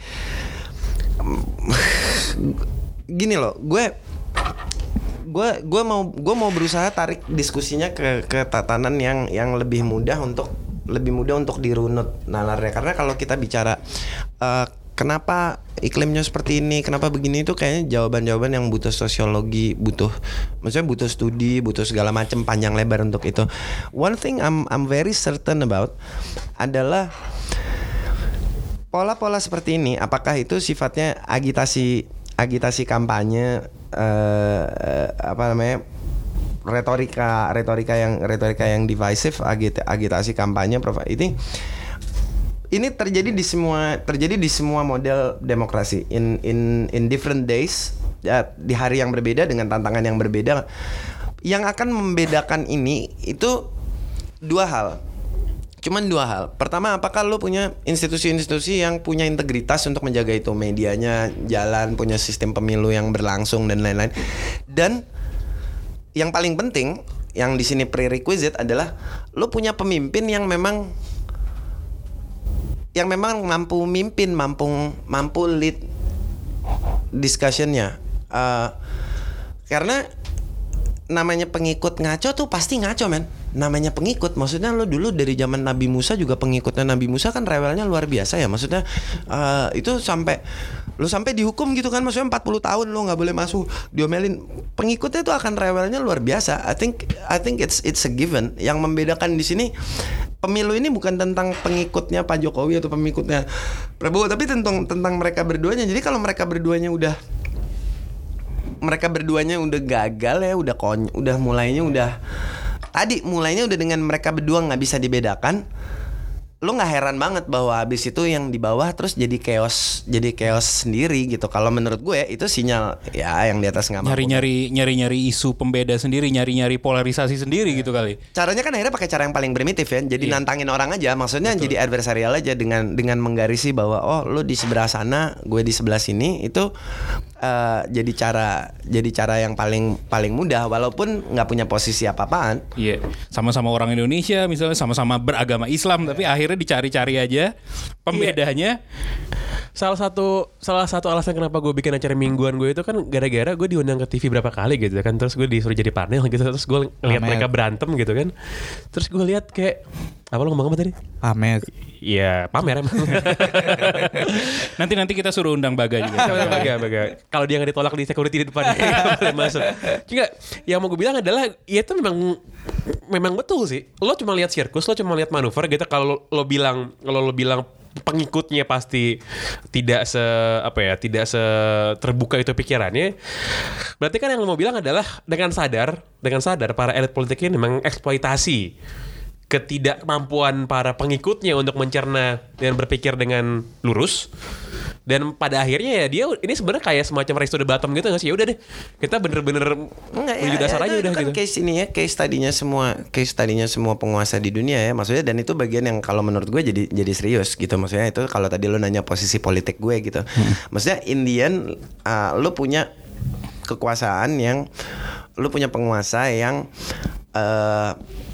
gini loh, gue gue gue mau gue mau berusaha tarik diskusinya ke ke tatanan yang yang lebih mudah untuk lebih mudah untuk dirunut nalarnya, karena kalau kita bicara uh, kenapa iklimnya seperti ini, kenapa begini, itu kayaknya jawaban-jawaban yang butuh sosiologi, butuh maksudnya butuh studi, butuh segala macam panjang lebar untuk itu. One thing I'm I'm very certain about adalah pola-pola seperti ini, apakah itu sifatnya agitasi agitasi kampanye, uh, apa namanya, retorika retorika yang retorika yang divisive, agit, agitasi kampanye, ini ini terjadi di semua terjadi di semua model demokrasi in in in different days, ya, di hari yang berbeda dengan tantangan yang berbeda. Yang akan membedakan ini itu dua hal. Cuman dua hal. Pertama, apakah lo punya institusi-institusi yang punya integritas untuk menjaga itu, medianya jalan, punya sistem pemilu yang berlangsung dan lain-lain. Dan yang paling penting, yang di sini prerequisite adalah lo punya pemimpin yang memang yang memang mampu mimpin, mampu mampu lead discussionnya. Uh, karena namanya pengikut ngaco tuh pasti ngaco, men. Namanya pengikut, maksudnya lo dulu dari zaman Nabi Musa juga pengikutnya Nabi Musa kan rewelnya luar biasa ya, maksudnya uh, itu sampai lo sampai dihukum gitu kan, maksudnya empat puluh tahun lo nggak boleh masuk, diomelin. Pengikutnya tuh akan rewelnya luar biasa. I think I think it's it's a given. Yang membedakan di sini, pemilu ini bukan tentang pengikutnya Pak Jokowi atau pengikutnya Prabowo, tapi tentang tentang mereka berduanya. Jadi kalau mereka berduanya udah mereka berduanya udah gagal ya, udah kon, udah mulainya udah tadi mulainya udah dengan mereka berdua nggak bisa dibedakan, lo nggak heran banget bahwa abis itu yang di bawah terus jadi chaos, jadi chaos sendiri gitu. Kalau menurut gue itu sinyal ya yang di atas nggak mampu. Nyari-nyari nyari-nyari isu pembeda sendiri, nyari-nyari polarisasi sendiri gitu kali. Caranya kan akhirnya pakai cara yang paling primitif ya. Jadi yeah. nantangin orang aja, maksudnya betul. Jadi adversarial aja dengan dengan menggarisi bahwa oh lo di sebelah sana, gue di sebelah sini, itu uh, jadi cara jadi cara yang paling paling mudah walaupun nggak punya posisi apa-apaan. Iya, yeah. Sama-sama orang Indonesia misalnya, sama-sama beragama Islam, tapi akhirnya dicari-cari aja pembedanya. Salah satu salah satu alasan kenapa gue bikin acara mingguan gue itu kan gara-gara gue diundang ke T V berapa kali gitu kan, terus gue disuruh jadi panel gitu, terus gue ngeliat mereka berantem gitu kan, terus gue lihat kayak apa lo ngomong apa tadi? Pamer. Iya, pamer emang. Nanti nanti kita suruh undang Baga juga. Baga, Baga. Kalau dia nggak ditolak di security di depan, nggak boleh masuk. Juga yang mau gue bilang adalah, ya itu memang memang betul sih. Lo cuma lihat sirkus, lo cuma lihat manuver gitu. Kalau lo, lo bilang, kalau lo bilang pengikutnya pasti tidak se apa ya, tidak se terbuka itu pikirannya. Berarti kan yang lo mau bilang adalah dengan sadar, dengan sadar para elit politik ini memang eksploitasi ketidakmampuan para pengikutnya untuk mencerna dan berpikir dengan lurus. Dan pada akhirnya ya dia ini sebenarnya kayak semacam race to the bottom gitu nggak sih? Ya udah deh, kita bener-bener menuju dasar aja udah kan gitu. Case ini ya, case tadinya semua, case tadinya semua penguasa di dunia ya, maksudnya, dan itu bagian yang kalau menurut gue jadi jadi serius gitu, maksudnya itu kalau tadi lo nanya posisi politik gue gitu, hmm. maksudnya Indian, uh, lo punya kekuasaan yang, lo punya penguasa yang uh,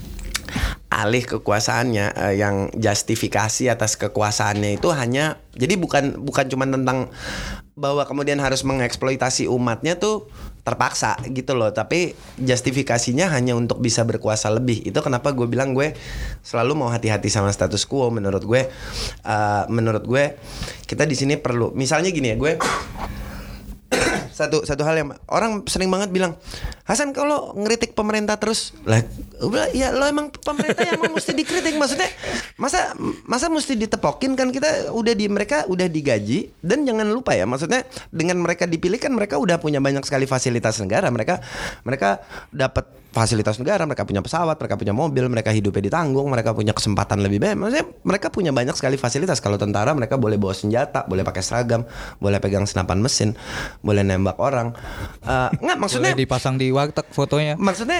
alih kekuasaannya, uh, yang justifikasi atas kekuasaannya itu hanya, jadi bukan bukan cuma tentang bahwa kemudian harus mengeksploitasi umatnya tuh terpaksa gitu loh, tapi justifikasinya hanya untuk bisa berkuasa lebih. Itu kenapa gue bilang gue selalu mau hati-hati sama status quo. Menurut gue, uh, menurut gue kita di sini perlu, misalnya gini ya, gue satu satu hal yang orang sering banget bilang, Hasan kalau ngeritik pemerintah terus, lah udah ya lo emang pemerintah yang mesti dikritik, maksudnya masa masa mesti ditepokin, kan kita udah di mereka udah digaji, dan jangan lupa ya, maksudnya dengan mereka dipilih kan mereka udah punya banyak sekali fasilitas negara, mereka mereka dapat fasilitas negara, mereka punya pesawat, mereka punya mobil, mereka hidupnya ditanggung, mereka punya kesempatan lebih baik, maksudnya mereka punya banyak sekali fasilitas. Kalau tentara mereka boleh bawa senjata, boleh pakai seragam, boleh pegang senapan mesin, boleh nembak orang. Uh, enggak maksudnya boleh dipasang di warteg fotonya. Maksudnya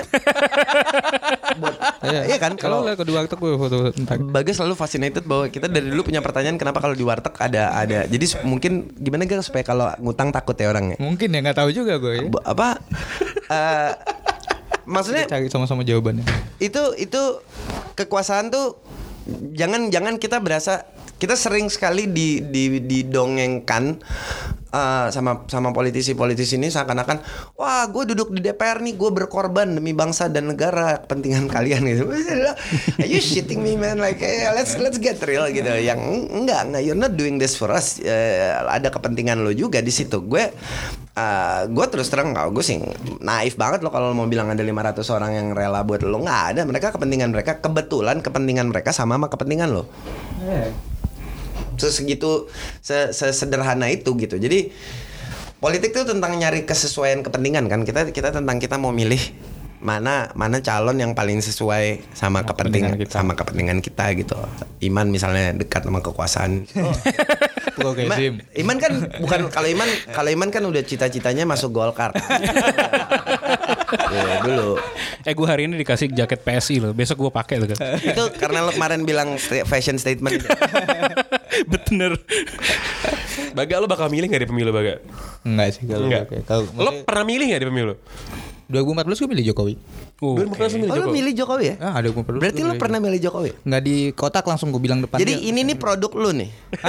buat, iya kan kalau kalau lihat ke di warteg gue foto entar. Bagas selalu fascinated bahwa kita dari dulu punya pertanyaan kenapa kalau di warteg ada ada. Jadi mungkin gimana gak supaya kalau ngutang takut ya orangnya. Mungkin ya, nggak tahu juga gue. Ya. Apa uh, maksudnya kita cari sama-sama jawabannya. Itu itu kekuasaan tuh jangan jangan kita berasa, kita sering sekali di di didongengkan uh, sama sama politisi-politisi ini seakan-akan, wah gue duduk di D P R nih, gue berkorban demi bangsa dan negara, kepentingan kalian gitu. Are you shitting me man, like hey, let's let's get real gitu. Yang enggak enggak you're not doing this for us. Uh, ada kepentingan lo juga di situ. Gue Uh, gue terus terang nggak, gue sih naif banget loh kalau mau bilang ada lima ratus orang yang rela buat lo. Nggak ada, mereka kepentingan mereka, kebetulan kepentingan mereka sama sama kepentingan lo. Yeah. Segitu sesederhana itu gitu. Jadi politik itu tentang nyari kesesuaian kepentingan kan. Kita kita tentang kita mau milih mana mana calon yang paling sesuai sama kepentingan kita, sama kepentingan kita gitu. Iman misalnya dekat sama kekuasaan. Oh. Iman, Iman kan bukan, kalau Iman kalau Iman kan udah cita-citanya masuk Golkar. Ya, dulu. Eh gue hari ini dikasih jaket P S I loh. Besok gue pakai loh kan. Itu karena lo kemarin bilang fashion statement. Bener. Baga, lo bakal milih gak di pemilu, Baga? Enggak sih kalau enggak. Kalau lo pernah milih gak di pemilu? dua ribu empat belas gue milih Jokowi. Oh, dua ribu empat belas milih oh, Jokowi. lo milih Jokowi ya? Ah, ada dua ribu empat belas. Berarti lo pernah milih Jokowi? Enggak di kotak, langsung gue bilang depan. Jadi dia. ini nih produk lo nih.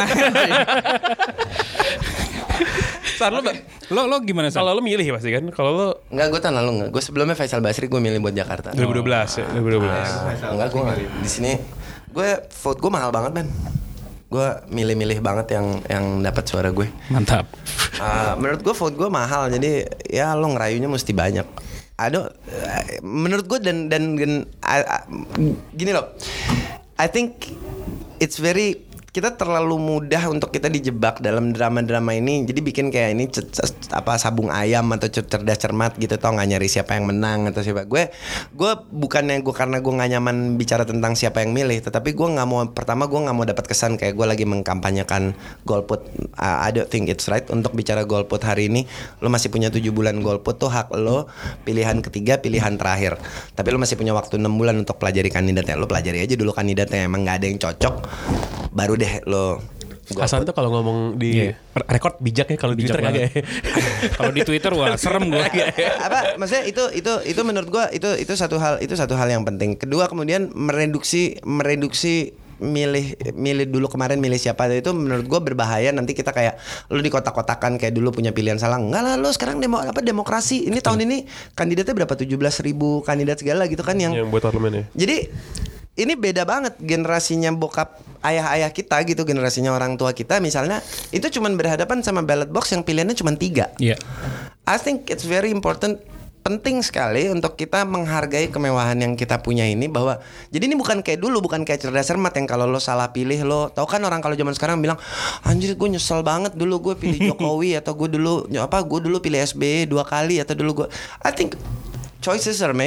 Sar, lo, lo lo gimana sih? Kalau lo milih pasti kan? Kalau lo enggak, gue tahun lalu enggak. Gue sebelumnya Faisal Basri gue milih buat Jakarta. dua ribu dua belas ya, dua ribu dua belas. Ah, enggak, gue enggak. Di sini gue vote gue mahal banget, man. Gue milih-milih banget yang yang dapat suara gue. Mantap. Uh, menurut gue vote gue mahal, jadi ya lo ngerayunya mesti banyak. Aduh, uh, menurut gue dan dan, dan uh, uh, gini loh. I think it's very, kita terlalu mudah untuk kita dijebak dalam drama-drama ini. Jadi bikin kayak ini c- c- apa sabung ayam atau cerdas cermat gitu, tau nggak, nyari siapa yang menang atau siapa. Gue gue bukannya gue karena gue nggak nyaman bicara tentang siapa yang milih, tetapi gue nggak mau, pertama gue nggak mau dapat kesan kayak gue lagi mengkampanyekan golput. Uh, I don't think it's right untuk bicara golput hari ini. Lo masih punya tujuh bulan golput, tuh hak lo, pilihan ketiga, pilihan terakhir. Tapi lo masih punya waktu enam bulan untuk pelajari kandidatnya. Lo pelajari aja dulu kandidatnya, emang nggak ada yang cocok, baru deh lo. Hasan tuh kalau ngomong di yeah. rekord bijak ya, kalau di Twitter kagak ya. Kalau di Twitter wah serem gue. Apa maksudnya itu itu itu menurut gue itu itu satu hal itu satu hal yang penting. Kedua, kemudian mereduksi mereduksi milih milih dulu kemarin milih siapa, itu menurut gue berbahaya. Nanti kita kayak lu di kotak-kotakan kayak dulu punya pilihan salah. Enggak lah, lu sekarang demo apa demokrasi. Ini tahun ini kandidatnya berapa, tujuh belas ribu kandidat segala gitu kan yang yang buat parlemen ya. Jadi ini beda banget generasinya bokap ayah-ayah kita gitu, generasinya orang tua kita misalnya, itu cuman berhadapan sama ballot box yang pilihannya cuma tiga. Iya. Yeah. I think it's very important, penting sekali untuk kita menghargai kemewahan yang kita punya ini, bahwa jadi ini bukan kayak dulu, bukan kayak cerdas cermat yang kalau lo salah pilih lo, tau kan orang kalau zaman sekarang bilang, anjir gue nyesel banget dulu gue pilih Jokowi atau gue dulu apa gue dulu pilih S B Y dua kali atau dulu gue. I think choices are made.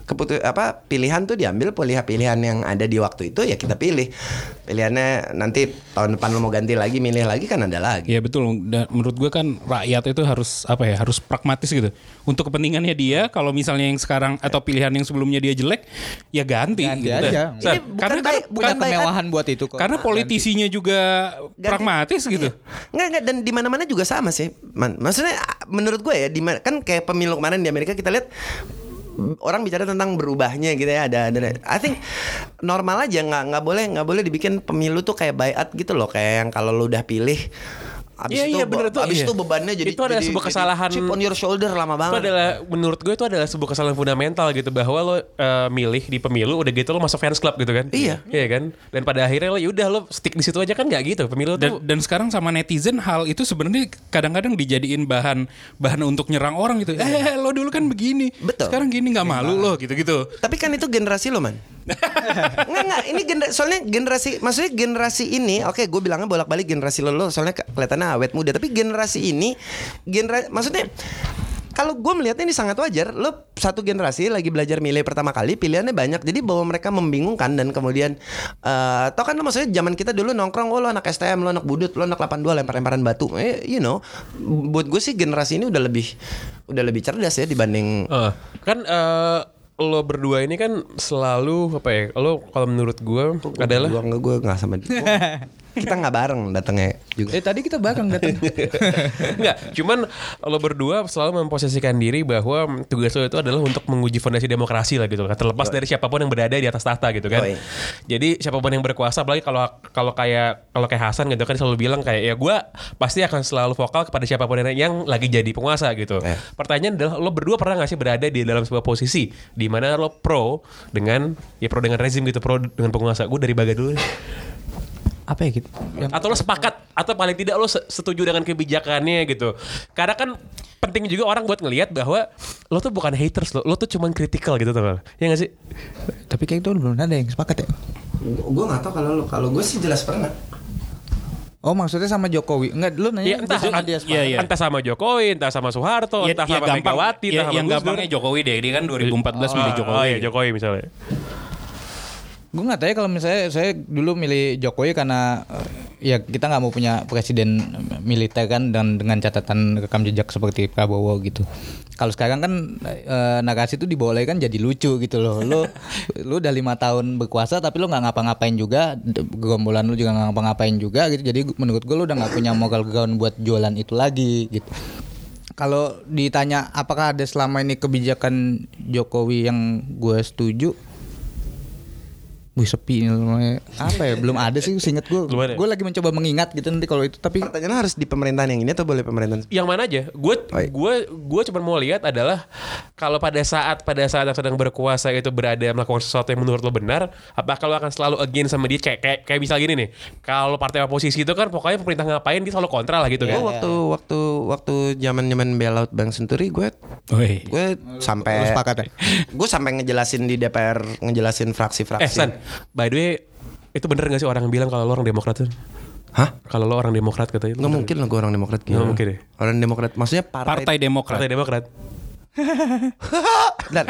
keputus apa pilihan tuh diambil pilihan-pilihan yang ada di waktu itu ya kita pilih. Pilihannya nanti tahun depan lo mau ganti lagi, milih lagi kan ada lagi. Iya betul. Dan menurut gue kan rakyat itu harus apa ya, harus pragmatis gitu. Untuk kepentingannya dia, kalau misalnya yang sekarang atau pilihan yang sebelumnya dia jelek, ya ganti. Ganti gitu. aja. Nah, Ini bukan karena baik, kan- bukan Punya kemewahan buat itu kok. karena politisinya juga Ganti. pragmatis gitu. Nggak, nggak, dan di mana-mana juga sama sih. Man, maksudnya menurut gue ya, di mana- kan kayak pemilu kemarin di Amerika kita lihat orang bicara tentang berubahnya gitu ya, ada ada. I think normal aja, nggak nggak boleh nggak boleh dibikin pemilu tuh kayak buyout gitu loh, kayak yang kalau lu udah pilih. Abis Iya, itu, iya, bener tuh, abis iya. itu bebannya jadi Itu adalah jadi- sebuah jadi kesalahan. chip on your shoulder lama Itu banget. adalah menurut gue itu adalah sebuah kesalahan fundamental gitu, bahwa lo eh, milih di pemilu udah gitu lo masuk fans club gitu kan. Iya. Iya kan? Dan pada akhirnya lo yaudah lo stick di situ aja kan, nggak gitu. Pemilu Dan, tuh dan sekarang sama netizen hal itu sebenarnya kadang-kadang dijadiin bahan bahan untuk nyerang orang gitu. Eh lo dulu kan begini, Betul. sekarang gini nggak malu lo gitu-gitu. Tapi kan itu generasi lo man. Nggak nggak ini gener- soalnya generasi maksudnya generasi ini oke gue bilangnya bolak-balik generasi lo, lo soalnya ke- kelihatannya awet muda, tapi generasi ini generasi maksudnya kalau gue melihatnya ini sangat wajar. Lo satu generasi lagi belajar milih pertama kali, pilihannya banyak, jadi bahwa mereka membingungkan dan kemudian uh, tau kan lo maksudnya zaman kita dulu nongkrong, oh lo anak S T M, lo anak budut, lo anak delapan puluh dua lempar-lemparan batu, eh, you know, buat gue sih generasi ini udah lebih udah lebih cerdas ya dibanding Eh, kan eh, lo berdua ini kan selalu apa ya? Lo kalau menurut gue adalah Gua enggak, gue nggak sama dia. Kita nggak bareng datangnya juga. Eh tadi kita bareng datang. Enggak, cuman lo berdua selalu memposisikan diri bahwa tugas lo itu adalah untuk menguji fondasi demokrasi lah gitu kan, terlepas dari siapapun yang berada di atas tahta gitu kan. Yoi. Jadi siapapun yang berkuasa, apalagi kalau kalau kayak kalau kayak Hasan gitu kan selalu bilang kayak ya gue pasti akan selalu vokal kepada siapapun yang, yang lagi jadi penguasa gitu. Eh. Pertanyaan adalah lo berdua pernah nggak sih berada di dalam sebuah posisi di mana lo pro dengan ya pro dengan rezim gitu, pro dengan penguasa? Gue dari Baga dulu. Apa ya gitu? Yang Atau lo sepakat atau paling tidak lo se- setuju dengan kebijakannya gitu. Karena kan penting juga orang buat ngelihat bahwa lo tuh bukan haters lo, lo tuh cuman kritikal gitu tuh. Ya nggak sih? Tapi kayak itu belum ada yang sepakat ya. Gue nggak tahu kalau lo, kalau gue sih jelas pernah. Oh maksudnya sama Jokowi? Enggak, lu nanya Ya entah, dia entah, sepakat. iya. entah sama Jokowi, entah sama Soeharto, Ya, entah ya sama gampang, Megawati, ya, entah sama yang Gus Dur. gampangnya Jokowi deh, dia kan dua ribu empat belas milih Jokowi. Oh iya Jokowi misalnya. Gue nggak tahu ya kalau misalnya saya dulu milih Jokowi karena eh, ya kita nggak mau punya presiden militer kan, dan dengan catatan rekam jejak seperti Prabowo gitu. Kalau sekarang kan eh, narasi itu dibolehkan jadi lucu gitu loh. Lu lu udah lima tahun berkuasa tapi lu nggak ngapa-ngapain juga, gerombolan lu juga nggak ngapa-ngapain juga gitu. Jadi menurut gue lu udah nggak punya moral ground buat jualan itu lagi gitu. Kalau ditanya apakah ada selama ini kebijakan Jokowi yang gue setuju, wih sepi ini namanya. Apa ya, belum ada sih seingat gue. Belum ada. Gue lagi mencoba mengingat gitu nanti kalau itu, tapi Pertanyaannya harus di pemerintahan yang ini atau boleh pemerintahan? Yang mana aja? Gue Oh, iya. gue gue cuma mau lihat adalah kalau pada saat pada saat yang sedang berkuasa itu berada melakukan sesuatu yang menurut lo benar, apakah lo akan selalu against sama dia? Kayak kayak, kayak misal gini nih, kalau partai oposisi itu kan pokoknya pemerintah ngapain dia selalu kontra lah gitu Gue kan. waktu waktu waktu zaman zaman bailout Bank Senturi gue Woi. gue sampai Lu sepakat ya? gue sampai ngejelasin di D P R, ngejelasin fraksi-fraksi. Eh San, by the way, itu bener gak sih orang yang bilang kalau lo orang Demokrat tuh? Hah? Kalau lo orang Demokrat katanya? Nggak mungkin lah gue orang Demokrat gitu. Nggak mungkin ya? Orang Demokrat maksudnya partai. Partai Demokrat. Partai Demokrat. Dan,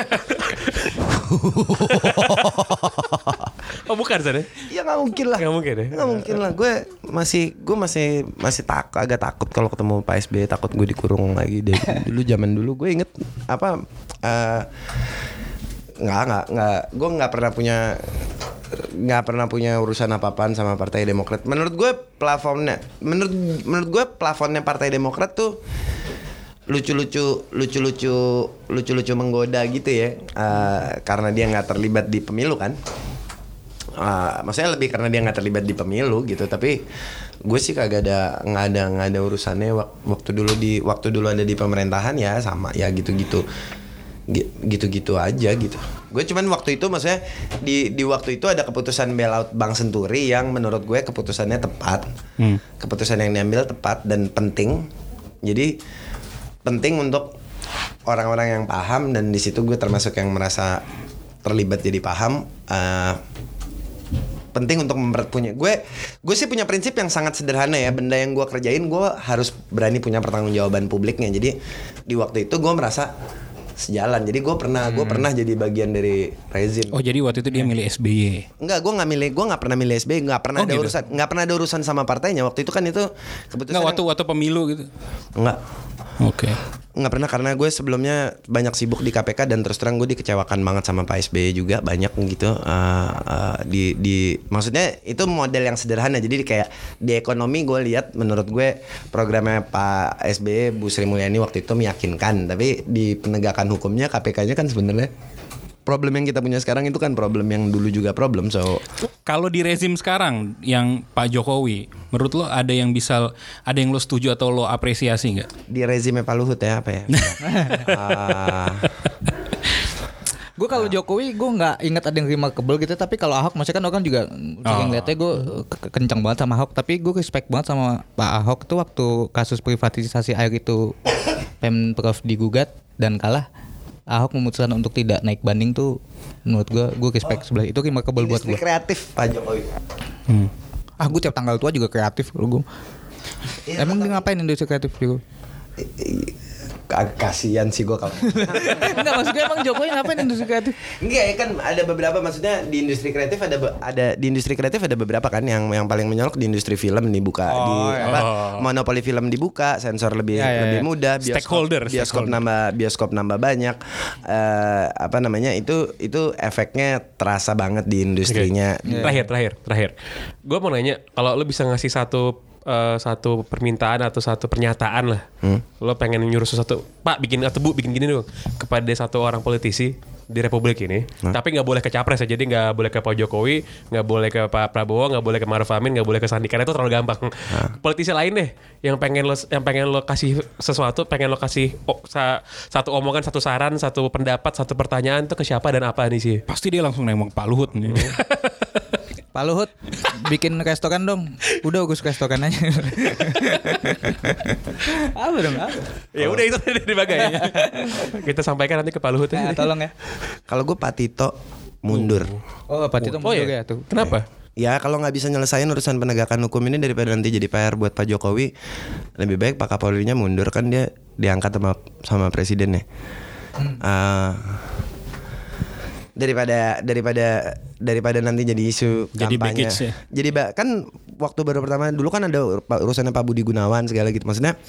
Oh bukan San ya? ya nggak mungkin lah. Nggak mungkin ya? Nggak mungkin lah. Gue masih gue masih masih tak agak takut kalau ketemu Pak S B, takut gue dikurung lagi dari dulu zaman dulu. Gue inget apa? eh, nggak nggak nggak. Gue nggak pernah punya nggak pernah punya urusan apa-apaan sama Partai Demokrat. Menurut gue platformnya, menurut menurut gue platformnya Partai Demokrat tuh lucu-lucu, lucu-lucu, lucu-lucu menggoda gitu ya, uh, karena dia nggak terlibat di pemilu kan. Uh, maksudnya lebih karena dia nggak terlibat di pemilu gitu. Tapi gue sih kagak ada nggak ada nggak ada urusannya wak- waktu dulu di waktu dulu ada di pemerintahan ya sama ya gitu-gitu. Gitu-gitu aja gitu. Gue cuman waktu itu maksudnya di di waktu itu ada keputusan bailout Bank Senturi yang menurut gue keputusannya tepat. Hmm. Keputusan yang diambil tepat dan penting. Jadi penting untuk orang-orang yang paham, dan di situ gue termasuk yang merasa terlibat jadi paham. Uh, penting untuk memperpunya gue gue sih punya prinsip yang sangat sederhana ya, benda yang gue kerjain gue harus berani punya pertanggungjawaban publiknya. Jadi di waktu itu gue merasa sejalan. Jadi gue pernah gue pernah jadi bagian dari rezim. Oh jadi waktu itu dia milih S B Y. Enggak, gue nggak milih, gue nggak pernah milih S B Y, nggak pernah Oh, ada gitu? urusan, nggak pernah ada urusan sama partainya. Waktu itu kan itu keputusan. Nggak waktu waktu pemilu gitu. Enggak, Oke. nggak pernah karena gue sebelumnya banyak sibuk di K P K dan terus terang gue dikecewakan banget sama Pak S B Y juga banyak gitu. Uh, uh, di di maksudnya itu model yang sederhana. Jadi kayak di ekonomi gue lihat menurut gue programnya Pak S B Y Bu Sri Mulyani waktu itu meyakinkan. Tapi di penegakan hukumnya K P K-nya kan sebenarnya problem yang kita punya sekarang itu kan problem yang dulu juga problem. So Kalau di rezim sekarang yang Pak Jokowi, menurut lo ada yang bisa, ada yang lo setuju atau lo apresiasi nggak? di rezimnya Pak Luhut ya apa ya? Ah, Gue kalau Jokowi gue nggak ingat ada yang remarkable gitu, tapi kalau Ahok maksudnya kan orang juga sering Oh. lihatnya gue ke- kencang banget sama Ahok, tapi gue respect banget sama Pak Ahok tuh waktu kasus privatisasi air itu Pemprov digugat dan kalah. Ahok memutuskan untuk tidak naik banding tuh menurut gue gue respect sebelah itu remarkable buat industri gue. kreatif Pak Jokowi. Hmm. Ah gue tiap tanggal tua juga kreatif kalau gue. Iya, Emang dia ngapain industri kreatif juga? Agak kasihan sih gue kalau Enggak maksud gue emang Jokowi ngapain industri kreatif? enggak ya kan ada beberapa maksudnya di industri kreatif ada be- ada di industri kreatif ada beberapa kan yang yang paling menyolok di industri film dibuka di apa monopoli film dibuka sensor lebih Ya, ya, lebih ya. mudah bioskop Stakeholder, bioskop stakeholder. nambah bioskop nambah banyak eh apa namanya itu itu efeknya terasa banget di industrinya. Terakhir, terakhir, terakhir. Gue mau nanya, kalau lo bisa ngasih satu eh, satu permintaan atau satu pernyataan lah, lo pengen nyuruh sesuatu, Pak bikin atau Bu bikin gini dong kepada satu orang politisi di Republik ini, tapi nggak boleh ke capres ya, jadi nggak boleh ke Pak Jokowi, nggak boleh ke Pak Prabowo, nggak boleh ke Maruf Amin, nggak boleh ke Sandi karena itu terlalu gampang. Politisi lain deh yang pengen lo yang pengen lo kasih sesuatu, pengen lo kasih oh, sa- satu omongan, satu saran, satu pendapat, satu pertanyaan tuh ke siapa dan apa nih sih? Pasti dia langsung nembak Pak Luhut nih. Pak Luhut bikin restoran dong. Udah urus restoran aja. Apa dong? Apa? Ya udah itu dari Bagai. Kita sampaikan nanti ke Pak Luhut Ya, ya. tolong ya. Kalau gue Pak Tito mundur. Oh, Pak Tito Oh mundur ya, ya tuh. Kenapa? Ya kalau nggak bisa nyelesain urusan penegakan hukum ini daripada nanti jadi P R buat Pak Jokowi, lebih baik Pak Kapolrinya mundur, kan dia diangkat sama sama presiden ya. Eh, daripada daripada daripada nanti jadi isu Jadi kampanye. baggage ya? Jadi ba- kan waktu baru pertama dulu kan ada ur- urusannya Pak Budi Gunawan segala gitu, maksudnya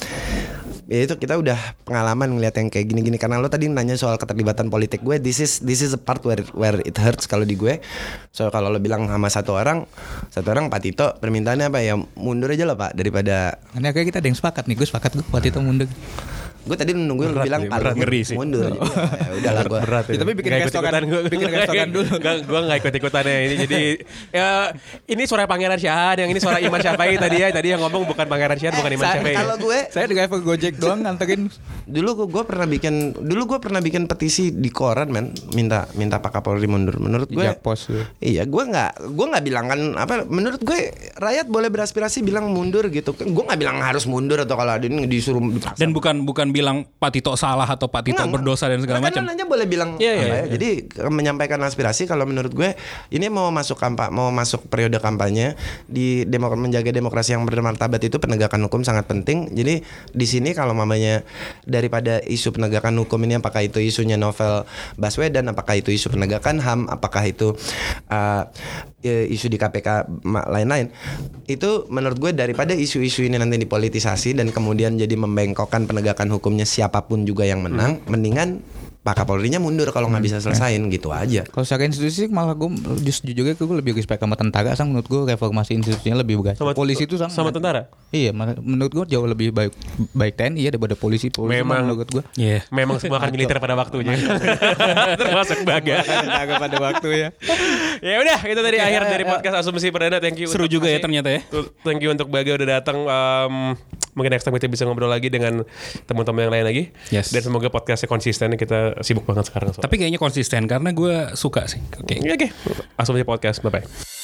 ya itu kita udah pengalaman ngeliat yang kayak gini-gini. Karena lo tadi nanya soal keterlibatan politik gue, this is this is a part where where it hurts kalau di gue. So kalau lo bilang sama satu orang, satu orang Pak Tito permintaannya apa ya, mundur aja lah Pak, daripada Ini akhirnya kita ada yang sepakat nih. Gue sepakat gue Pak Tito mundur. gue tadi nungguin lo Berat bilang nih, Pak berat, Luhut ngeri sih. mundur. Jadi ya udahlah gue. Berat Ya, tapi bikin Nggak restoran- ikut-ikutan gua. bikin restoran dulu. Gak, gue gak ikut-ikutannya ini. Jadi ya ini suara Pangeran Syahan, yang ini suara Iman Syafai tadi ya. Tadi yang ngomong bukan Pangeran Syahan, bukan Iman Sa- Syafai. Kalau gue Saya driver Gojek doang nganterin. dulu gue, gue pernah bikin dulu gue pernah bikin petisi di koran men, minta minta Pak Kapolri mundur. Menurut gue Jakpos. iya, gue nggak gue nggak bilang kan apa, menurut gue rakyat boleh beraspirasi bilang mundur gitu. Gue nggak bilang harus mundur atau kalau ada ini disuruh dipaksa. Dan bukan bukan bilang Pak Tito salah atau Pak Tito Nggak, berdosa dan segala kan macam. aja boleh bilang Iya, apa iya, ya. Jadi ke- menyampaikan aspirasi. Kalau menurut gue ini mau masuk kampanye, mau masuk periode kampanye di demokra menjaga demokrasi yang bermartabat itu penegakan hukum sangat penting. Jadi di sini kalau mamanya daripada isu penegakan hukum ini, apakah itu isunya novel Baswedan, apakah itu isu penegakan H A M, apakah itu uh, isu di K P K ma- lain-lain, itu menurut gue daripada isu-isu ini nanti dipolitisasi dan kemudian jadi membengkokkan penegakan hukumnya siapapun juga yang menang, mendingan Pak Kapolrinya mundur kalau nggak bisa selesain gitu aja. Kalau secara institusi malah gue just jujurnya gue lebih respect sama tentara. Sang menurut gue reformasi institusinya lebih bagus. Sama- Polisi itu sang sama tentara? Iya, malah menurut gue jauh lebih baik baik T N I ya daripada polisi. Polisi Memang. mah menurut gue. Iya. Memang semua akan militer pada waktunya. Termasuk Baga. Tentara pada waktu ya. Ya udah, itu tadi akhir dari podcast Asumsi Perdana. Thank you. Seru untuk juga ya masih- ternyata ya. Tuh, Thank you untuk Baga udah datang. Um, mungkin next time kita bisa ngobrol lagi dengan teman-teman yang lain lagi. Yes. Dan semoga podcastnya konsisten. Kita sibuk banget sekarang. soalnya. Tapi kayaknya konsisten karena gue suka sih. Oke. Oke, oke. Asumsi Podcast. Bye bye.